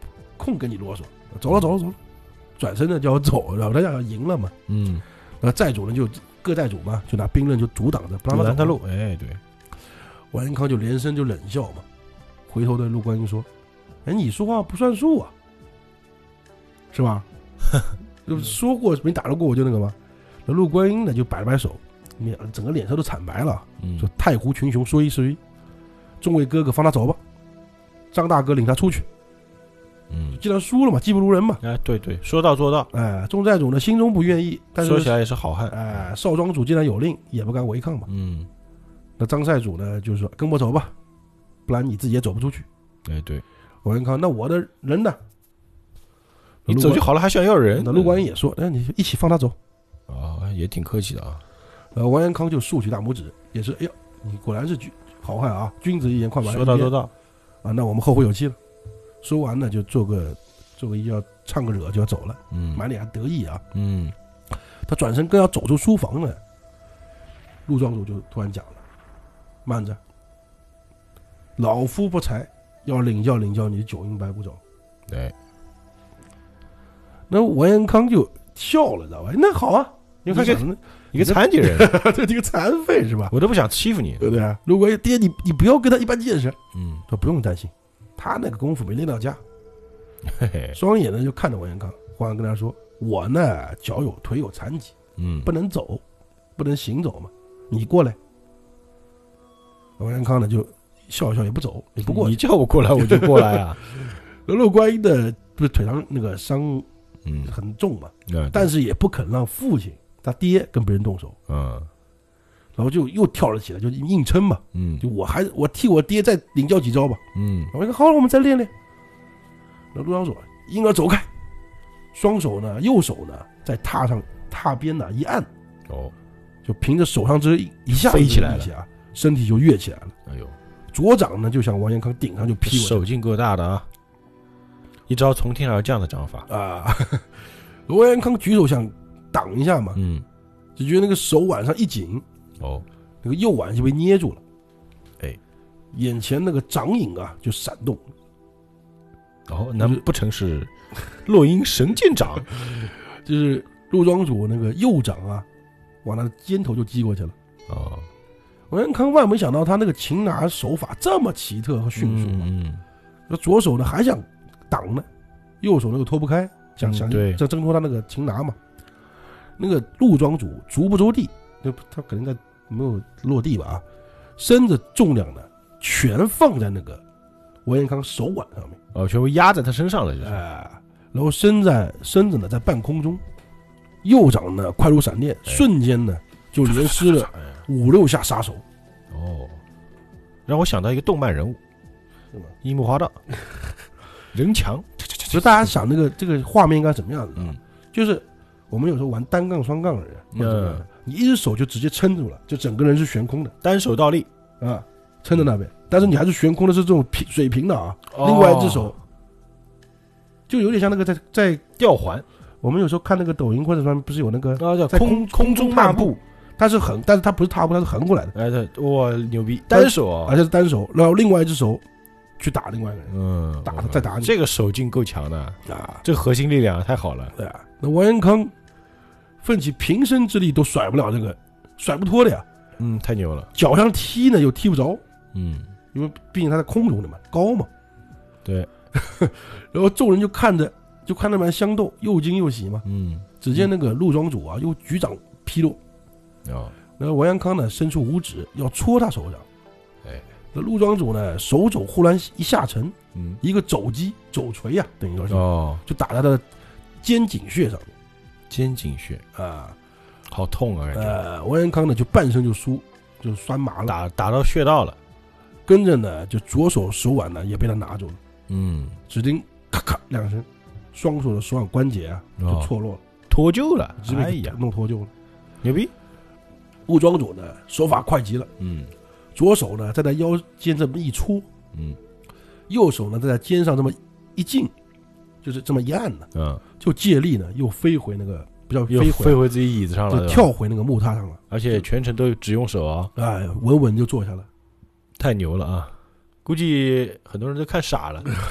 空跟你啰嗦，走了走了走了，转身呢就要走，然后他要赢了嘛， 嗯， 那寨主呢就各寨主嘛，就拿兵刃就阻挡着，不让他他路，哎，对， 王延康就连声就冷笑嘛，回头对陆观音说：“哎，你说话不算数啊，是吧？就说过没打得过我就那个吗？”那陆观音呢就摆了摆手，脸整个脸色都惨白了， 嗯， 说：“太湖群雄说一是一，众位哥哥放他走吧，张大哥领他出去。” 嗯， 既然输了嘛，技不如人嘛。 哎，对对，说到做到。 哎，众寨主呢心中不愿意，但是说起来也是好汉。 哎，少庄主既然有令，也不敢违抗嘛。 嗯， 那张寨主呢就说：“跟我走吧，不然你自己也走不出去。” 哎，对。 王延康，那我的人呢？ 你走就好了，还想要人？ 那陆观音也说：“哎，你一起放他走。” 啊，也挺客气的啊。 呃，王延康就竖起大拇指，也是，哎呀，你果然是君好汉啊，君子一言，快马说到做到啊。那我们后会有期了。说完呢，就做个做个要唱个惹就要走了， 嗯， 满脸还得意啊， 嗯。 他转身刚要走出书房呢，陆庄主就突然讲了：“慢着，老夫不才，要领教领教你九阴白骨爪。” 对。 那王延康就笑了，知道吧？那好啊，因为他想一个残疾人， 对，这个残废是吧？ 我都不想欺负你， 对不对？如果爹你你不要跟他一般见识， 嗯， 说不用担心，他那个功夫没练到家。双眼呢就看着王延康，忽然跟他说：“我呢脚有腿有残疾， 嗯， 不能走，不能行走嘛，你过来。”王延康呢就笑一笑，也不走，你不过来， 你叫我过来我就过来啊。 陆观音的不是腿上那个伤， 嗯， 很重嘛， 嗯， 但是也不肯让父亲他爹跟别人动手， 嗯， 然后就又跳了起来，就硬撑嘛， 嗯， 就我还我替我爹再领教几招吧， 嗯， 我说好了，我们再练练。那陆庄主婴儿走开，双手呢，右手呢在踏上踏边呢一按， 哦， 就凭着手上这一下飞起来了啊，身体就跃起来了。 哎呦， 左掌呢就向王延康顶上就劈过去， 手劲够大的啊！一招从天而降的掌法啊！王延康举手想挡一下嘛， 嗯， 就觉得那个手腕上一紧， 哦， 那个右腕就被捏住了， 哎， 眼前那个掌影啊就闪动。 哦，那不成是落阴神剑掌？ 就是陆庄主那个右掌啊，往他的肩头就击过去了。 哦， 王延康万没想到他那个擒拿手法这么奇特和迅速， 嗯， 那左手呢还想挡呢，右手呢又脱不开，想想对， 想挣脱他那个擒拿嘛。那个陆庄主足不着地，那他可能应该没有落地吧啊，身子重量呢全放在那个王延康手腕上面， 哦，全部压在他身上了，就是， 哎，然后身在身子呢在半空中，右掌呢快如闪电，瞬间呢就连施了五六下杀手。 哦，让我想到一个动漫人物， 是吗？ 樱木花道，人墙。 就大家想那个这个画面应该怎么样子？ 嗯， 就是我们有时候玩单杠、双杠的人， 嗯， 你一只手就直接撑住了，就整个人是悬空的， 单手倒立啊，撑在那边，但是你还是悬空的，是这种平水平的啊。 哦、 另外一只手就有点像那个在在吊环。 我们有时候看那个抖音或者说不是有那个啊叫在空空中漫步， 它是横，但是它不是踏步，它是横过来的。 哎，对，哇，牛逼，单手啊， 而且是单手，然后另外一只手去打另外一个人， 嗯， 打再打你， 这个手劲够强的啊， 这个核心力量太好了。 对啊，那王延康奋起平生之力都甩不了这个，甩不脱的呀。 嗯，太牛了， 脚上踢呢又踢不着， 嗯， 因为毕竟他在空中的嘛，高嘛。 对， 然后众人就看着，就看他们相斗，又惊又喜嘛。 嗯， 只见那个陆庄主啊，又举掌劈落， 哦， 然后王延康呢伸出五指要戳他手掌， 哎， 那陆庄主呢手肘忽然一下沉， 嗯， 一个肘击肘锤啊，等于说是哦， 就打在他的肩颈穴上面， 肩颈穴啊， 好痛啊！ 呃，王延康呢就半身就酥，就酸麻了， 打打到穴道了， 跟着呢就左手手腕呢也被他拿住了， 嗯， 只听咔咔两声，双手的手腕关节啊就错落了， 脱臼了， 哎呀，弄脱臼了， 牛逼！ 陆庄主呢手法快极了， 嗯， 左手呢在他腰间这么一戳， 嗯， 右手呢在他肩上这么一劲，就是这么一按呢， 嗯， 就借力呢又飞回那个不叫飞回飞回自己椅子上了， 就跳回那个木榻上了， 而且全程都只用手啊， 哎，稳稳就坐下了， 太牛了啊！估计很多人都看傻了。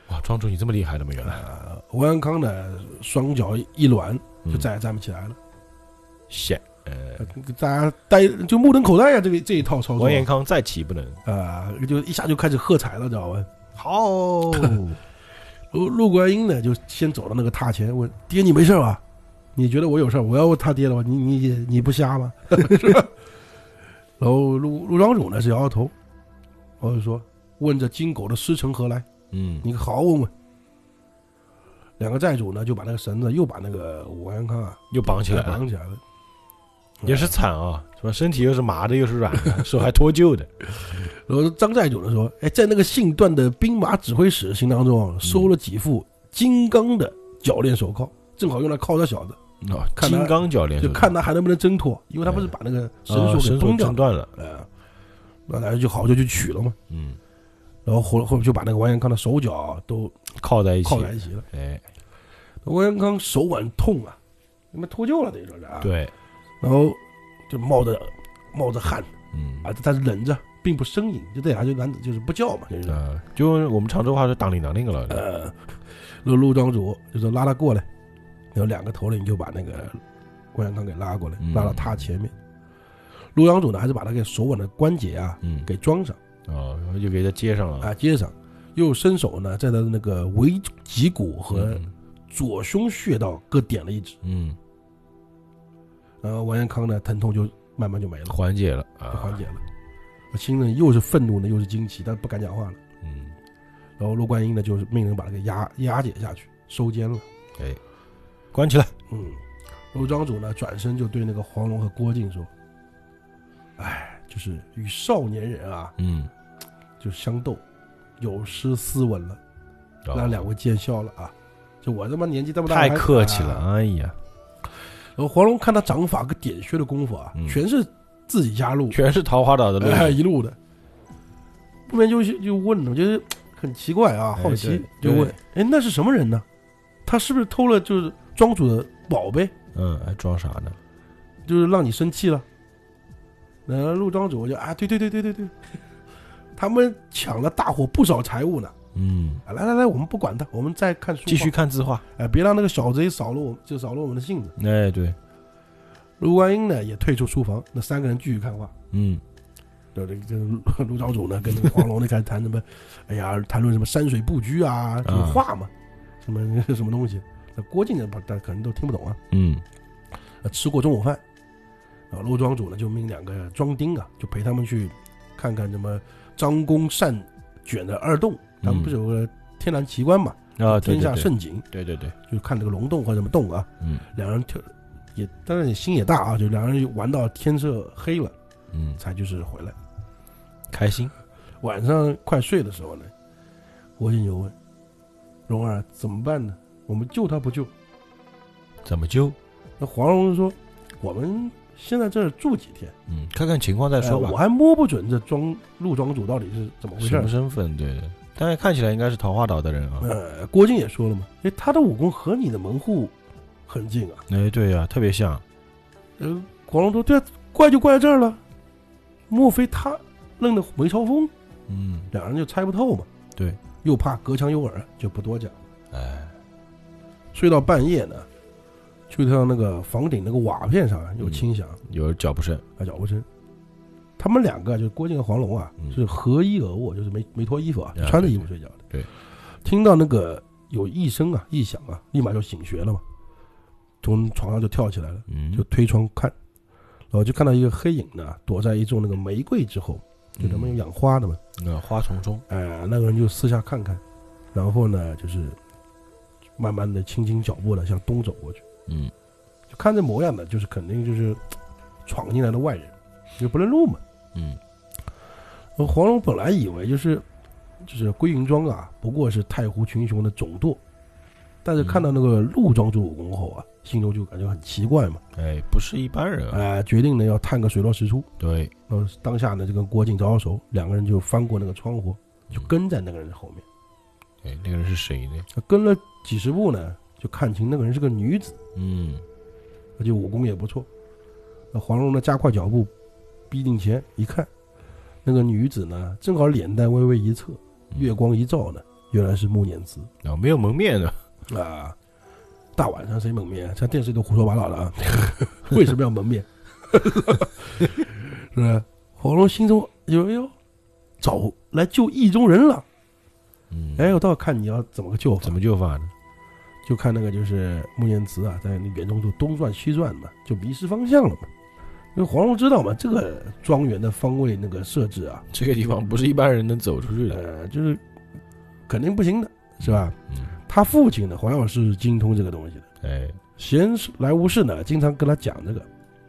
哇，庄主你这么厉害的吗？原来， 呃、王安康呢，双脚一软，就再也站不起来了。 险、嗯，呃， 大家呆就目瞪口呆呀、啊，这个这一套操作。 王延康再起不能啊、呃，就一下就开始喝彩了，知道吧？ 好， 陆陆观音呢，就先走到那个榻前，问爹：“你没事吧？你觉得我有事？我要问他爹的话，你你你不瞎吗？”是吧？然后陆陆庄主呢是摇摇头，我就说：“问这金狗的师承何来？ 嗯， 你好好问问。”两个寨主呢就把那个绳子又把那个王安康啊又绑起来了， 绑起来了， 也是惨啊，是吧？身体又是麻的，又是软的，手还脱臼的。 然后张寨主呢说：“哎，在那个姓段的兵马指挥使信当中，收了几副金刚的铰链手铐，正好用来铐这小子。 哦，金刚铰链， 就看他还能不能挣脱，因为他不是把那个绳索给崩掉断了， 哎，那大家就好就去取了嘛。 嗯， 然后后后就把那个王延康的手脚都铐在一起， 铐在一起了。 哎， 王延康手腕痛啊，他妈脱臼了，等于说是啊。 对， 然后就冒着冒着汗， 嗯啊，但是忍着，并不呻吟，就这样就男子就是不叫嘛，就是、 呃、就我们常州话是当领当令了。 呃，陆陆庄主就说拉他过来，然后两个头领就把那个关元康给拉过来，拉到榻前面。陆庄主呢，还是把他给手腕的关节啊，嗯，给装上， 哦，就给他接上了啊，接上，又伸手呢，在他的那个尾脊骨和左胸穴道各点了一指，嗯，然后王延康呢，疼痛就慢慢就没了， 缓解了，啊， 就缓解了。心里又是愤怒呢，又是惊奇，但不敢讲话了。嗯，然后陆观音呢，就是命人把他给押押解下去，收监了。 哎，关起来。 嗯，陆庄主呢，转身就对那个黄龙和郭靖说：“哎，就是与少年人啊，嗯，就相斗，有失斯文了， 哦、 让两位见笑了啊！就我他妈年纪这么大， 太客气了，啊、哎呀！ 然后黄龙看他掌法跟点穴的功夫啊，嗯、全是。”自己加入， 全是桃花岛的路、 哎，一路的。后面就就问了，我觉得很奇怪啊，好奇、哎、就问，哎，那是什么人呢？他是不是偷了就是庄主的宝贝？ 嗯，还装啥呢？ 就是让你生气了。那陆庄主就啊，对对对对对对，他们抢了大伙不少财物呢。嗯，啊、来来来，我们不管他，我们再看书， 继续看字画。 哎，别让那个小贼扫了我，就扫了我们的兴子。 哎，对。 陆观音呢也退出书房，那三个人继续看画。嗯，对对，这陆庄主呢跟那个黄龙呢开始谈什么，哎呀，谈论什么山水布局啊，什么画嘛，什么什么东西。那郭靖呢，大家可能都听不懂啊。嗯，吃过中午饭，然后陆庄主呢就命两个庄丁啊，就陪他们去看看什么张公善卷的二洞，他们不是有个天然奇观嘛？啊，天下胜景。 对对对， 就看这个龙洞或者什么洞啊。嗯，两人跳。也当然心也大啊，就两人玩到天色黑了，嗯，才就是回来， 开心。 晚上快睡的时候呢，郭靖就问龙儿怎么办呢？我们救他不救？ 怎么救？ 那黄蓉说：“我们先在这儿住几天， 嗯，看看情况再说吧。 呃、我还摸不准这庄陆庄主到底是怎么回事， 什么身份？对对，但是看起来应该是桃花岛的人啊。 呃，郭靖也说了嘛，哎，他的武功和你的门户。”很近啊， 哎，对呀、啊，特别像。 呃，黄龙说：“对啊，怪就怪在这儿了，莫非他认的梅超风？”嗯，两人就猜不透嘛。 对， 又怕隔墙有耳，就不多讲。 哎， 睡到半夜呢，就听到那个房顶那个瓦片上有轻响， 嗯、有脚步声啊，脚步声。他们两个就是郭靖和黄龙啊，嗯、是合衣而卧，就是没没脱衣服啊，穿着衣服睡觉的。 对， 听到那个有一声啊，异响啊，立马就醒觉了嘛。从床上就跳起来了，就推窗看，然后就看到一个黑影呢，躲在一种那个玫瑰之后，就他们有养花的嘛， 嗯，花丛中， 哎、呃，那个人就四下看看，然后呢，就是慢慢的轻轻脚步的向东走过去，嗯，就看这模样呢，就是肯定就是闯进来的外人，就不认路嘛，嗯，黄蓉本来以为就是就是归云庄啊，不过是太湖群雄的总舵。但是看到那个陆庄主武功后啊，心中就感觉很奇怪嘛。 哎，不是一般人啊！ 哎，决定呢要探个水落石出。 对， 然后当下呢就跟郭靖招招手，两个人就翻过那个窗户，就跟在那个人后面。 哎，那个人是谁呢？ 跟了几十步呢，就看清那个人是个女子。嗯，而且武功也不错。那黄蓉呢加快脚步，逼近前一看，那个女子呢正好脸蛋微微一侧，月光一照呢， 原来是穆念慈啊，没有蒙面的啊。大晚上谁蒙面？像电视里都胡说八道的啊！为什么要蒙面？是吧？黄蓉心中有有找来救意中人了。嗯，哎，我倒看你要怎么个救法？ 怎么救法呢？ 就看那个就是穆念慈啊，在那远中就东转西转嘛，就迷失方向了嘛。因为黄蓉知道嘛，这个庄园的方位那个设置啊， 这个地方不是一般人能走出去的， 呃，就是肯定不行的，是吧？嗯。他父亲呢，黄药师精通这个东西的，哎，闲来无事呢，经常跟他讲这个。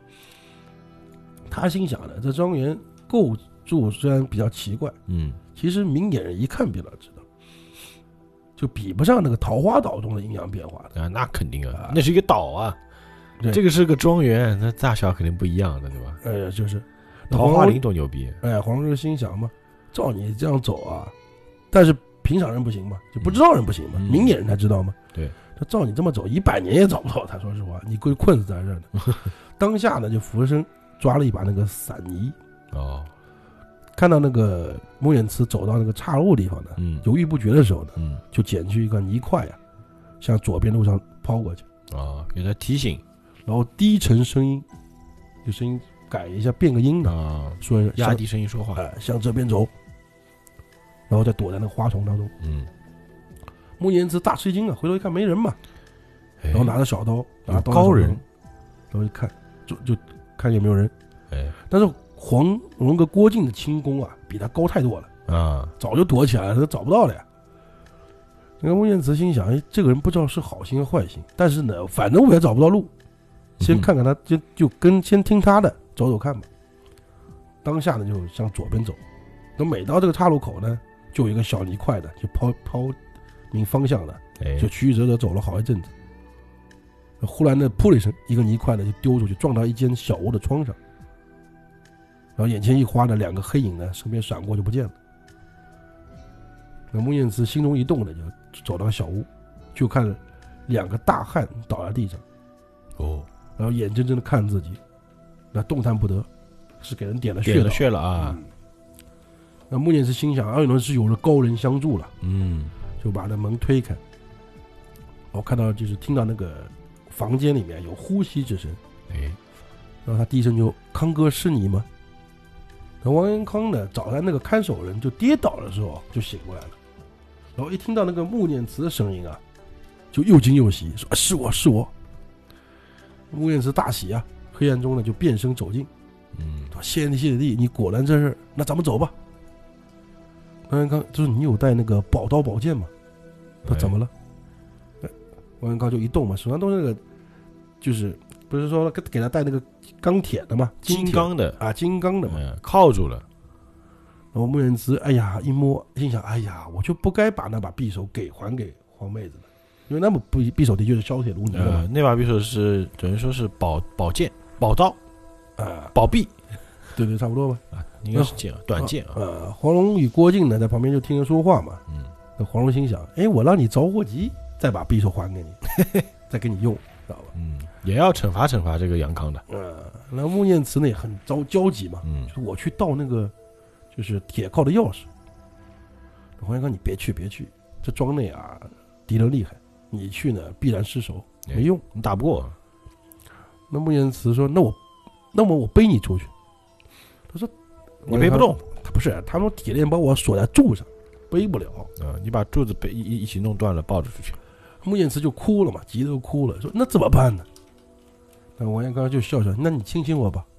他心想呢，这庄园构筑虽然比较奇怪，嗯，其实明眼人一看便知道，就比不上那个桃花岛中的阴阳变化的啊，那肯定啊，那是一个岛啊，这个是个庄园，那大小肯定不一样的，对吧？ 哎，就是桃花林多牛逼！ 哎，黄蓉心想嘛，照你这样走啊，但是。平常人不行嘛，就不知道人不行嘛，嗯、明眼人才知道嘛。 对， 他照你这么走，一百年也找不到他。说实话，你归困死在这儿呢。当下呢，就俯身抓了一把那个伞泥。哦，看到那个穆念慈走到那个岔路地方呢，嗯，犹豫不决的时候呢，嗯，就捡去一个泥块啊，向左边路上抛过去。 啊，给他提醒， 然后低沉声音，就声音改一下，变个音的啊， 说压低声音说话， 哎、呃，向这边走。然后再躲在那个花丛当中。嗯，穆念慈大吃一惊啊，回头一看没人嘛，然后拿着小刀，拿刀高人， 然后一看就就看有没有人。哎，但是黄蓉跟郭靖的轻功啊，比他高太多了啊，早就躲起来了，他找不到了呀。那个穆念慈心想，哎，这个人不知道是好心还是坏心，但是呢，反正我也找不到路，先看看他，就就跟先听他的，走走看吧。当下呢，就向左边走。那每到这个岔路口呢，就有一个小泥块的，就抛抛明方向的，就曲曲折折走了好一阵子。忽然呢，噗的一声，一个泥块呢就丢出去，撞到一间小屋的窗上。然后眼前一花呢，两个黑影呢身边闪过就不见了。那穆念慈心中一动呢，就走到小屋，就看两个大汉倒在地上，哦，然后眼睁睁的看自己，那动弹不得，是给人点了穴点了穴了啊。嗯， 那穆念慈心想，二人是有了高人相助了，嗯，就把那门推开，我看到就是听到那个房间里面有呼吸之声，哎，然后他低声就：“康哥是你吗？”那王元康呢，找他那个看守人就跌倒的时候就醒过来了，然后一听到那个穆念慈的声音啊，就又惊又喜，说：“是我是我。”穆念慈大喜啊，黑暗中呢就变身走近，嗯，说：“谢天谢地，你果然真是，那咱们走吧。”王元康就是你有带那个宝刀宝剑吗？他怎么了？哎，王元康就一动嘛，手上都是那个，就是不是说给给他带那个钢铁的嘛， 金刚的啊，金刚的嘛， 嗯，靠住了。 然后穆念慈哎呀一摸，心想哎呀，我就不该把那把匕首给还给黄妹子的，因为那把匕匕首的确是削铁如泥的嘛， 呃，那把匕首是等于说是宝宝剑、宝刀啊，宝臂， 对对，差不多吧。 啊，应该是剑啊，短剑啊。 呃，黄蓉与郭靖呢在旁边就听人说话嘛。嗯，那黄蓉心想，哎，我让你着火急，再把匕首还给你，再给你用，知道吧？嗯， 也要惩罚惩罚这个杨康的。 呃，那穆念慈呢也很着焦急嘛。嗯，就是我去盗那个就是铁铐的钥匙。黄元康，你别去别去，这庄内啊敌人厉害，你去呢必然失手，没用， 你打不过。 那穆念慈说，那我那么我背你出去。他说你背不动， 他不是，他说铁链把我锁在柱上，背不了啊！你把柱子背一一起弄断了，抱着出去。 穆念慈就哭了嘛，急得都哭了，说那怎么办呢？那王元康就笑笑，那你亲亲我吧。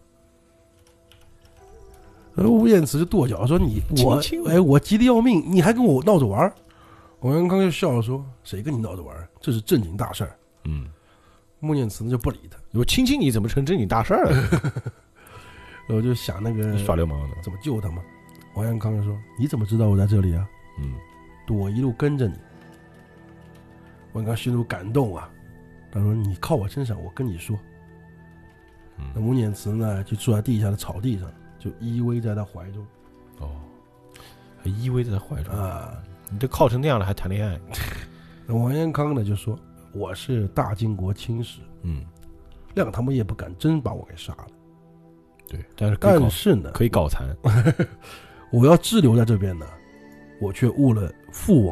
然后穆念慈就跺脚说你我亲亲哎我急得要命，你还跟我闹着玩。王元康就笑了说，谁跟你闹着玩？这是正经大事儿。嗯，穆念慈就不理他， 我亲亲你怎么成正经大事儿了？ 我就想那个耍流氓的怎么救他嘛。王元康就说，你怎么知道我在这里啊？嗯，我一路跟着你。王元康心中感动啊，他说你靠我身上，我跟你说。嗯，那穆念慈呢就坐在地下的草地上，就依偎在他怀中。 哦，还依偎在他怀中啊！你都靠成那样了还谈恋爱？ 那王元康呢就说，我是大金国亲使，嗯，谅他们也不敢真把我给杀了。 对，但是但是呢， 可以搞残。 我要滞留在这边呢，我却误了父王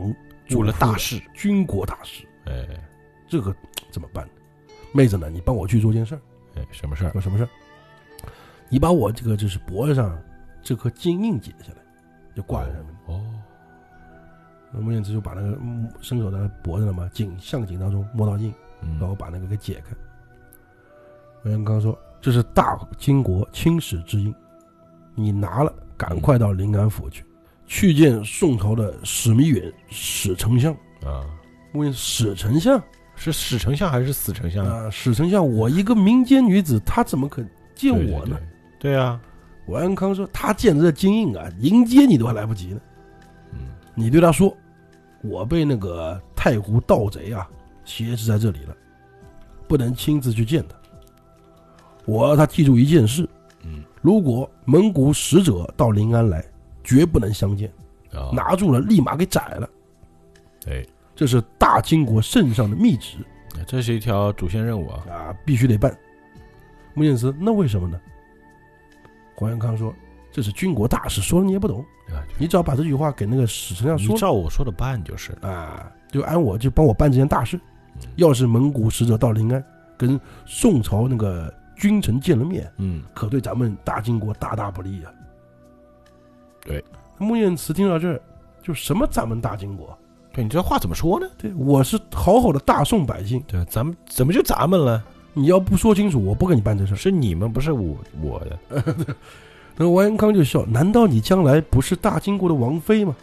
出了大事， 军国大事。 哎， 这个怎么办？妹子呢，你帮我去做件事儿。 哎，什么事儿？ 说什么事儿？你把我这个就是脖子上这颗金印解下来，就挂在上面。 哦。 那穆念慈就把那个伸手在脖子上嘛，颈项颈当中摸到印， 嗯、 然后把那个给解开。文彦刚说：“这是大金国青史之印，你拿了，赶快到临安府去，嗯、去见宋朝的史弥远史丞相啊。 问史丞相是史丞相还是死丞相啊？史丞相，我一个民间女子，她怎么可见我呢？ 对啊。 文彦康说：他见着这金印啊，迎接你都还来不及呢。 嗯， 你对他说，我被那个太湖盗贼啊挟持在这里了，不能亲自去见他。我要他记住一件事， 嗯， 如果蒙古使者到临安来，绝不能相见， 哦、 拿住了立马给宰了。 哎， 这是大金国圣上的密旨， 这是一条主线任务啊， 啊，必须得办。穆念慈，那为什么呢？黄元康说：“这是军国大事，说了你也不懂。啊、你只要把这句话给那个史丞相说， 你照我说的办就是啊，就按我就帮我办这件大事。嗯、要是蒙古使者到临安，跟宋朝那个君臣见了面， 嗯， 可对咱们大金国大大不利啊。” 对， 穆念慈听到这儿，就什么咱们大金国？ 对你这话怎么说呢？ 对，我是好好的大宋百姓， 对，咱们怎么就咱们了？ 你要不说清楚，我不跟你办这事。 是你们，不是我我的。 那个王元康就笑，难道你将来不是大金国的王妃吗？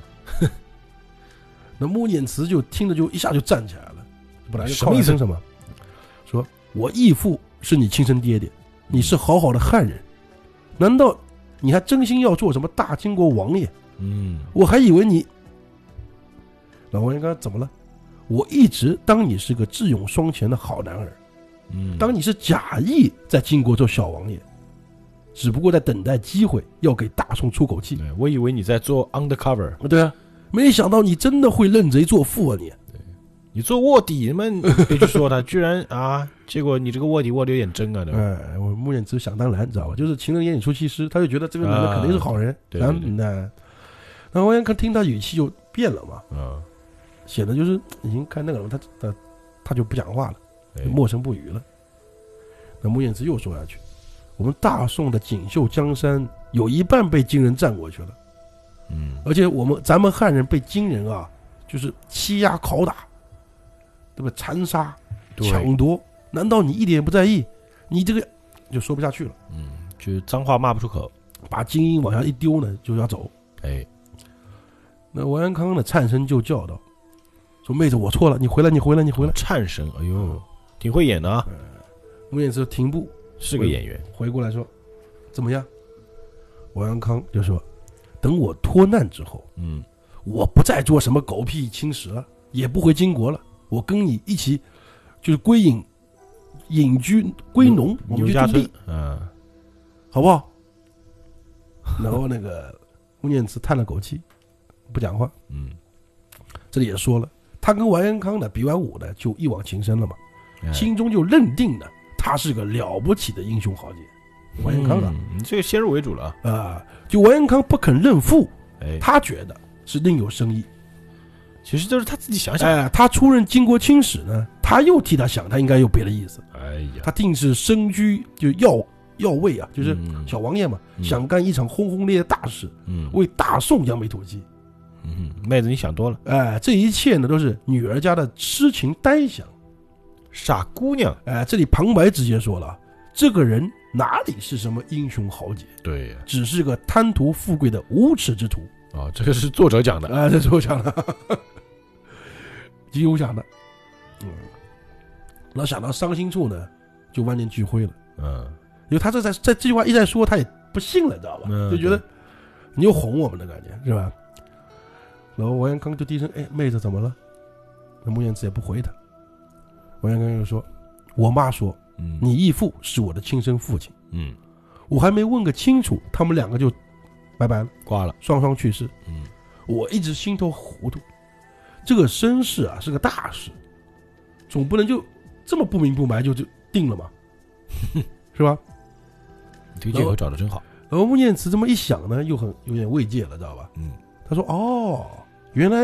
那穆念慈就听着就一下就站起来了，本来就靠在身上嘛，说我义父是你亲生爹爹，你是好好的汉人，难道你还真心要做什么大金国王爷？ 嗯， 我还以为你。老王元康怎么了？我一直当你是个智勇双全的好男儿。 嗯， 当你是假意在金国做小王爷，只不过在等待机会，要给大宋出口气。 对，我以为你在做 undercover。 对啊，没想到你真的会认贼作父啊！你， 对，你做卧底们别去说他，居然啊，结果你这个卧底卧的有点真啊，对吧？ 哎，我穆念慈想当然，知道吧？就是情人眼里出西施，他就觉得这个男的肯定是好人。 啊、对对对。 那那王元康听他语气就变了嘛， 啊， 显得就是已经看那个人，他他他就不讲话了。默声不语了。那穆念慈又说下去，我们大宋的锦绣江山有一半被金人占过去了， 嗯， 而且我们咱们汉人被金人啊，就是欺压拷打，对吧？残杀、抢夺，难道你一点也不在意？你这个就说不下去了， 嗯，就脏话骂不出口， 把金印往下一丢呢，就要走。 哎， 那王元康呢，颤声就叫道：“说妹子，我错了，你回来，你回来，你回来。” 颤声，哎呦，挺会演的啊。 穆念慈停步， 是个演员， 回过来说：“怎么样？”王元康就说：“等我脱难之后， 嗯， 我不再做什么狗屁青史了，也不回金国了，我跟你一起，就是归隐，隐居归农，我们去种地， 嗯， 好不好？”然后那个穆念慈叹了口气，不讲话。 嗯， 这里也说了，他跟王元康呢比完武呢，就一往情深了嘛， 哎、 心中就认定了他是个了不起的英雄豪杰。王元康啊， 你、嗯、这个先入为主了啊、 呃！就王元康不肯认父， 哎， 他觉得是另有深意。 其实就是他自己想想， 哎，他出任金国清使呢，他又替他想，他应该有别的意思。 哎呀， 他定是身居就要要位啊，就是小王爷嘛， 嗯、 想干一场轰轰烈烈的大事， 嗯， 为大宋扬眉吐气。 嗯，妹子你想多了， 哎，这一切呢都是女儿家的痴情呆想， 傻姑娘。 哎，这里旁白直接说了，这个人哪里是什么英雄豪杰？ 对呀， 只是个贪图富贵的无耻之徒。 哦，这个是作者讲的啊，这是我讲的，金庸讲的。嗯，然后想到伤心处呢，就万念俱灰了。 嗯， 因为他这在在这句话一再说，他也不信了，知道吧？ 嗯、 就觉得你又哄我们的感觉，是吧？然后王元康就低声：“哎，妹子怎么了？”那穆念慈也不回他。王元康又说：“我妈说， 嗯， 你义父是我的亲生父亲。 嗯， 我还没问个清楚，他们两个就拜拜了， 挂了， 双双去世。 嗯，我一直心头糊涂，这个身世啊是个大事，总不能就这么不明不白就就定了嘛，是吧？ 你这个借口找的真好。 然后穆念慈这么一想呢，又很有点慰藉了，知道吧？ 嗯， 他说：“哦，原来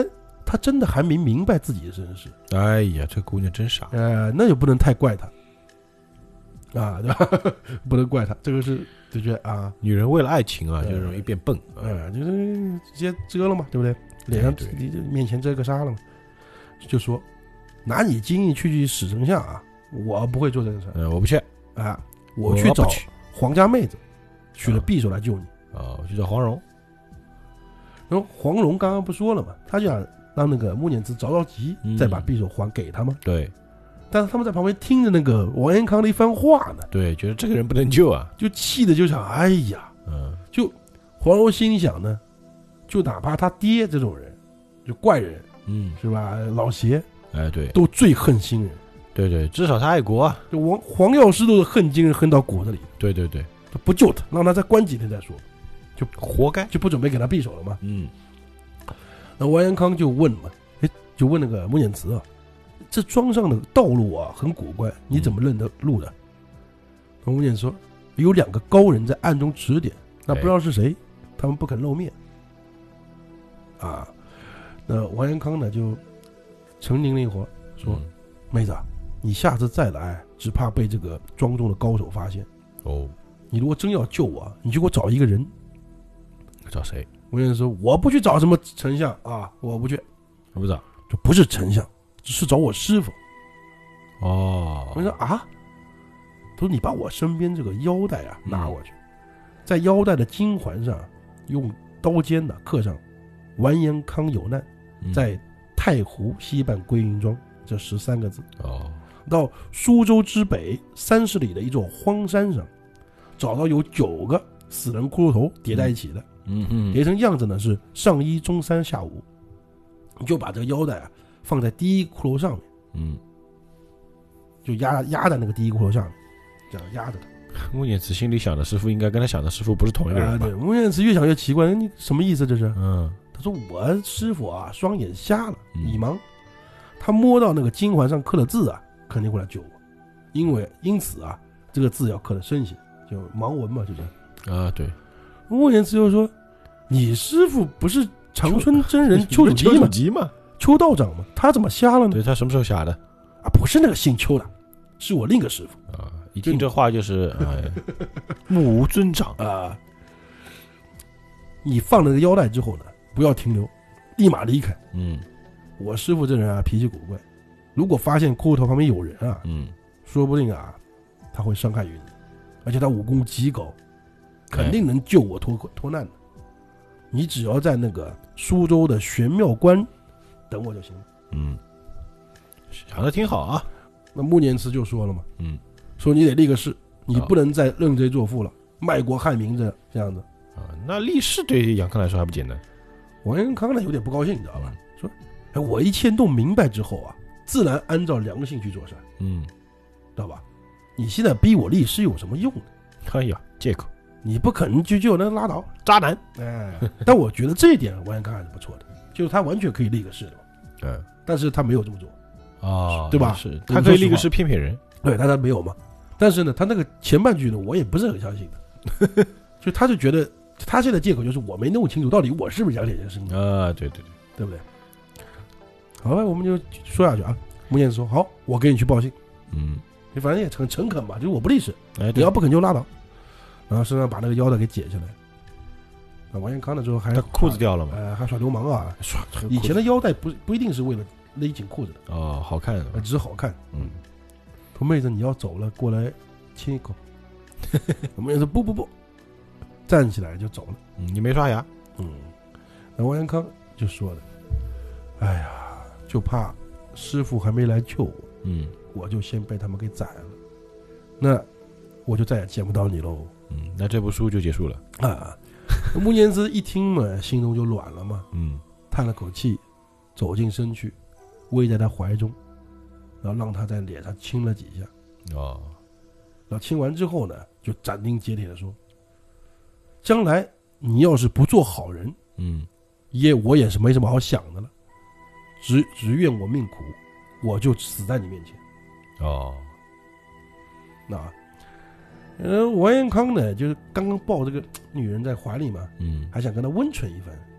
他真的还没明白自己的身世。 哎呀，这姑娘真傻。 呃，那就不能太怪他啊，对吧？不能怪他，这个是就觉得啊， 女人为了爱情啊，就容易变笨， 哎、呃，就是直接遮了嘛，对不对？脸上你面前遮个纱了嘛，就说拿你精力去去使丞相啊，我不会做这个事。 呃，我不去啊，我去找皇家妹子，取了匕首来救你。 啊，我去找黄蓉。 然后黄蓉刚刚不说了嘛，他就想让那个穆念慈着着急， 嗯、 再把匕首还给他嘛。 对。 但是他们在旁边听着那个王延康的一番话呢， 对，觉得这个人不能救啊， 就气的就想，哎呀， 嗯， 就黄蓉心里想呢，就哪怕他爹这种人，就怪人， 嗯， 是吧？老邪， 哎，对， 都最恨新人。 对对，至少他爱国啊。 就王黄药师都是恨金人恨到骨子里。 对对对， 不救他，让他再关几天再说，就活该， 就不准备给他匕首了嘛。 嗯， 那王延康就问嘛，哎，就问那个穆念慈啊。这庄上的道路啊很古怪，你怎么认得路的？穆念慈说有两个高人在暗中指点，那不知道是谁，他们不肯露面。啊，那王延康呢就沉吟了一会儿，说：“嗯、妹子，你下次再来，只怕被这个庄中的高手发现。哦，你如果真要救我，你就给我找一个人。 找谁？” 穆念慈说：“我不去找什么丞相啊，我不去， 我不找， 就不是丞相。”只是找我师傅。 哦， 我说啊，他说你把我身边这个腰带啊拿过去，嗯、在腰带的金环上用刀尖的刻上“完颜康有难，嗯、在太湖西畔归云庄”这十三个字。哦，到苏州之北三十里的一座荒山上，找到有九个死人骷髅头叠在一起的， 嗯嗯， 叠成样子呢是上一中三下五，你就把这个腰带啊。放在第一骷髅上面， 嗯， 就压压在那个第一骷髅上面，这样压着他。 穆念慈心里想的师傅应该跟他想的师傅不是同一个人吧？ 啊、对，穆念慈越想越奇怪，你什么意思这是？ 嗯， 他说我师傅啊双眼瞎了，已盲，嗯、他摸到那个金环上刻的字啊，肯定会来救我，因为因此啊，这个字要刻的深些，就盲文嘛，就这样。 啊，对。 穆念慈就说，你师傅不是长春真人丘处机吗？邱道长嘛，他怎么瞎了呢？ 对，他什么时候瞎的？ 啊，不是那个姓邱的，是我另一个师傅啊。一听这话就是，哎、目无尊长啊。你放了那个腰带之后呢，不要停留，立马离开。 嗯， 我师傅这人啊，脾气古怪，如果发现骷髅头旁边有人啊， 嗯， 说不定啊，他会伤害于你，而且他武功极高，肯定能救我脱脱难的。你只要在那个苏州的玄妙关。等我就行了。 嗯，想的挺好啊。 那穆念慈就说了嘛， 嗯， 说你得立个誓，你不能再认贼作父了，卖国害民这这样子啊。那立誓对杨康来说还不简单。 王延康呢有点不高兴，你知道吧？嗯、说，哎，我一切弄明白之后啊，自然按照良心去做事。 嗯， 知道吧？你现在逼我立誓有什么用呢？ 哎呀，借口， 你不肯去救那拉倒， 渣男。 哎，但我觉得这一点王延康还是不错的。就是他完全可以立个誓的， 嗯， 但是他没有这么做， 啊， 对吧？ 是，他可以立个誓骗骗人， 对，但他没有嘛。但是呢，他那个前半句呢，我也不是很相信的，就他就觉得他现在借口就是我没弄清楚到底我是不是杨铁先生啊，对对对， 对不对？好了，我们就说下去啊。穆念慈说好，我给你去报信， 嗯， 你反正也很诚恳嘛，就是我不立誓， 哎， 你要不肯就拉倒，然后身上把那个腰带给解下来。那王延康的时候还裤子掉了嘛？ 呃，还耍流氓啊！ 耍以前的腰带不不一定是为了勒紧裤子的哦，好看， 只是好看。 嗯， 说妹子你要走了，过来亲一口。我们也说不不不，站起来就走了。 嗯，你没刷牙。 嗯，那王延康就说了：“哎呀，就怕师傅还没来救我， 嗯， 我就先被他们给宰了，那我就再也见不到你喽。” 嗯，那这部书就结束了啊。穆念慈一听嘛，心中就软了嘛， 嗯， 叹了口气，走近身去，偎在他怀中，然后让他在脸上亲了几下， 哦， 然后亲完之后呢，就斩钉截铁的说：“将来你要是不做好人， 嗯， 也我也是没什么好想的了，只只愿我命苦，我就死在你面前。” 哦， 那。呃，王延康呢，就是刚刚抱这个女人在怀里嘛， 嗯， 还想跟她温存一番，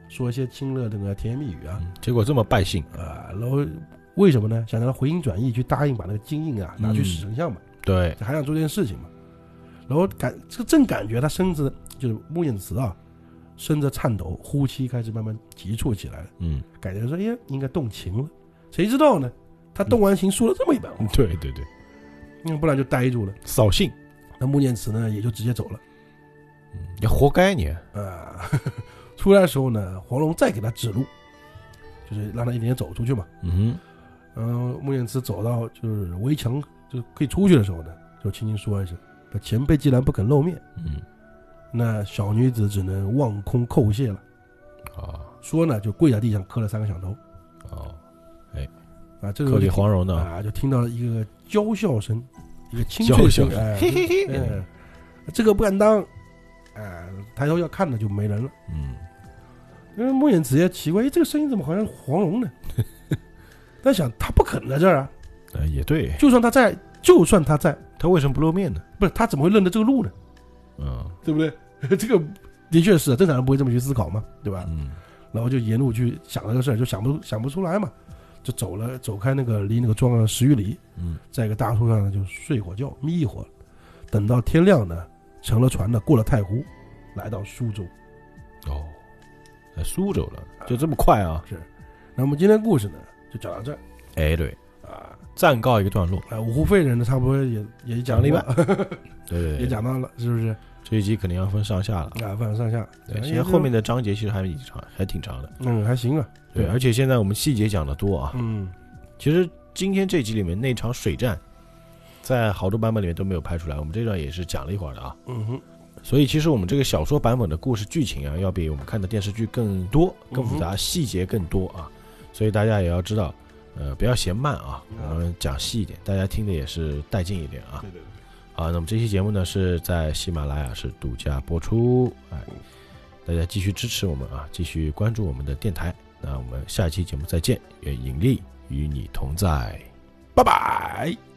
说一些亲热的甜言蜜语啊， 嗯、结果这么败兴啊、呃，然后为什么呢？想让他回心转意，去答应把那个金印啊拿去使丞相嘛， 嗯、对， 还想做这件事情嘛。然后感这个正感觉他身子就是穆念慈啊，身子颤抖，呼吸开始慢慢急促起来了。 嗯， 感觉说，哎呀，应该动情了。谁知道呢？他动完情说了这么一番话。 嗯、对对对， 嗯，不然就呆住了， 扫兴。 那穆念慈呢，也就直接走了。 嗯，也活该你啊、呃！出来的时候呢，黄蓉再给他指路，就是让他一点点走出去嘛。 嗯哼。 然后穆念慈走到就是围墙就可以出去的时候呢，就轻轻说一声：“那前辈既然不肯露面， 嗯， 那小女子只能望空叩谢了。” 啊， 说呢就跪在地上磕了三个响头。 哦，哎， 啊，这个磕给黄蓉呢啊，就听到了一个娇笑声，一个清脆声，哎，嘿嘿嘿，哎，这个不敢当，哎，抬头要看的就没人了。 嗯， 因为穆念慈也奇怪，哎，这个声音怎么好像黄蓉呢？但想他不可能在这儿啊， 呃，也对， 就算他在，就算他在， 他为什么不露面呢？ 不是他怎么会认得这个路呢？ 嗯， 对不对？这个的确是正常人不会这么去思考嘛，对吧？ 嗯， 然后就沿路去想这个事儿，就想不想不出来嘛，就走了，走开那个离那个庄上十余里， 嗯，在一个大树上呢就睡会觉，眯一会儿，等到天亮呢，乘了船呢过了太湖，来到苏州。 哦，在苏州了，就这么快啊？ 是。那我们今天故事呢？就讲到这儿， 哎，对啊， 暂告一个段落。 啊，五湖废人呢，差不多也也讲了一半，对对， 也讲到了，是不是？ 这一集肯定要分上下了啊，分上下。 对，现在后面的章节其实还挺长，还挺长的。 嗯，还行啊。 对，而且现在我们细节讲的多啊。 嗯， 其实今天这集里面那场水战，在好多版本里面都没有拍出来，我们这段也是讲了一会儿的啊。 嗯哼。 所以其实我们这个小说版本的故事剧情啊，要比我们看的电视剧更多、更复杂，细节更多啊。所以大家也要知道，呃，不要嫌慢啊，我们讲细一点，大家听的也是带劲一点啊。 对对对。 好，那么这期节目呢是在喜马拉雅是独家播出，哎，大家继续支持我们啊，继续关注我们的电台。那我们下一期节目再见，愿引力与你同在，拜拜。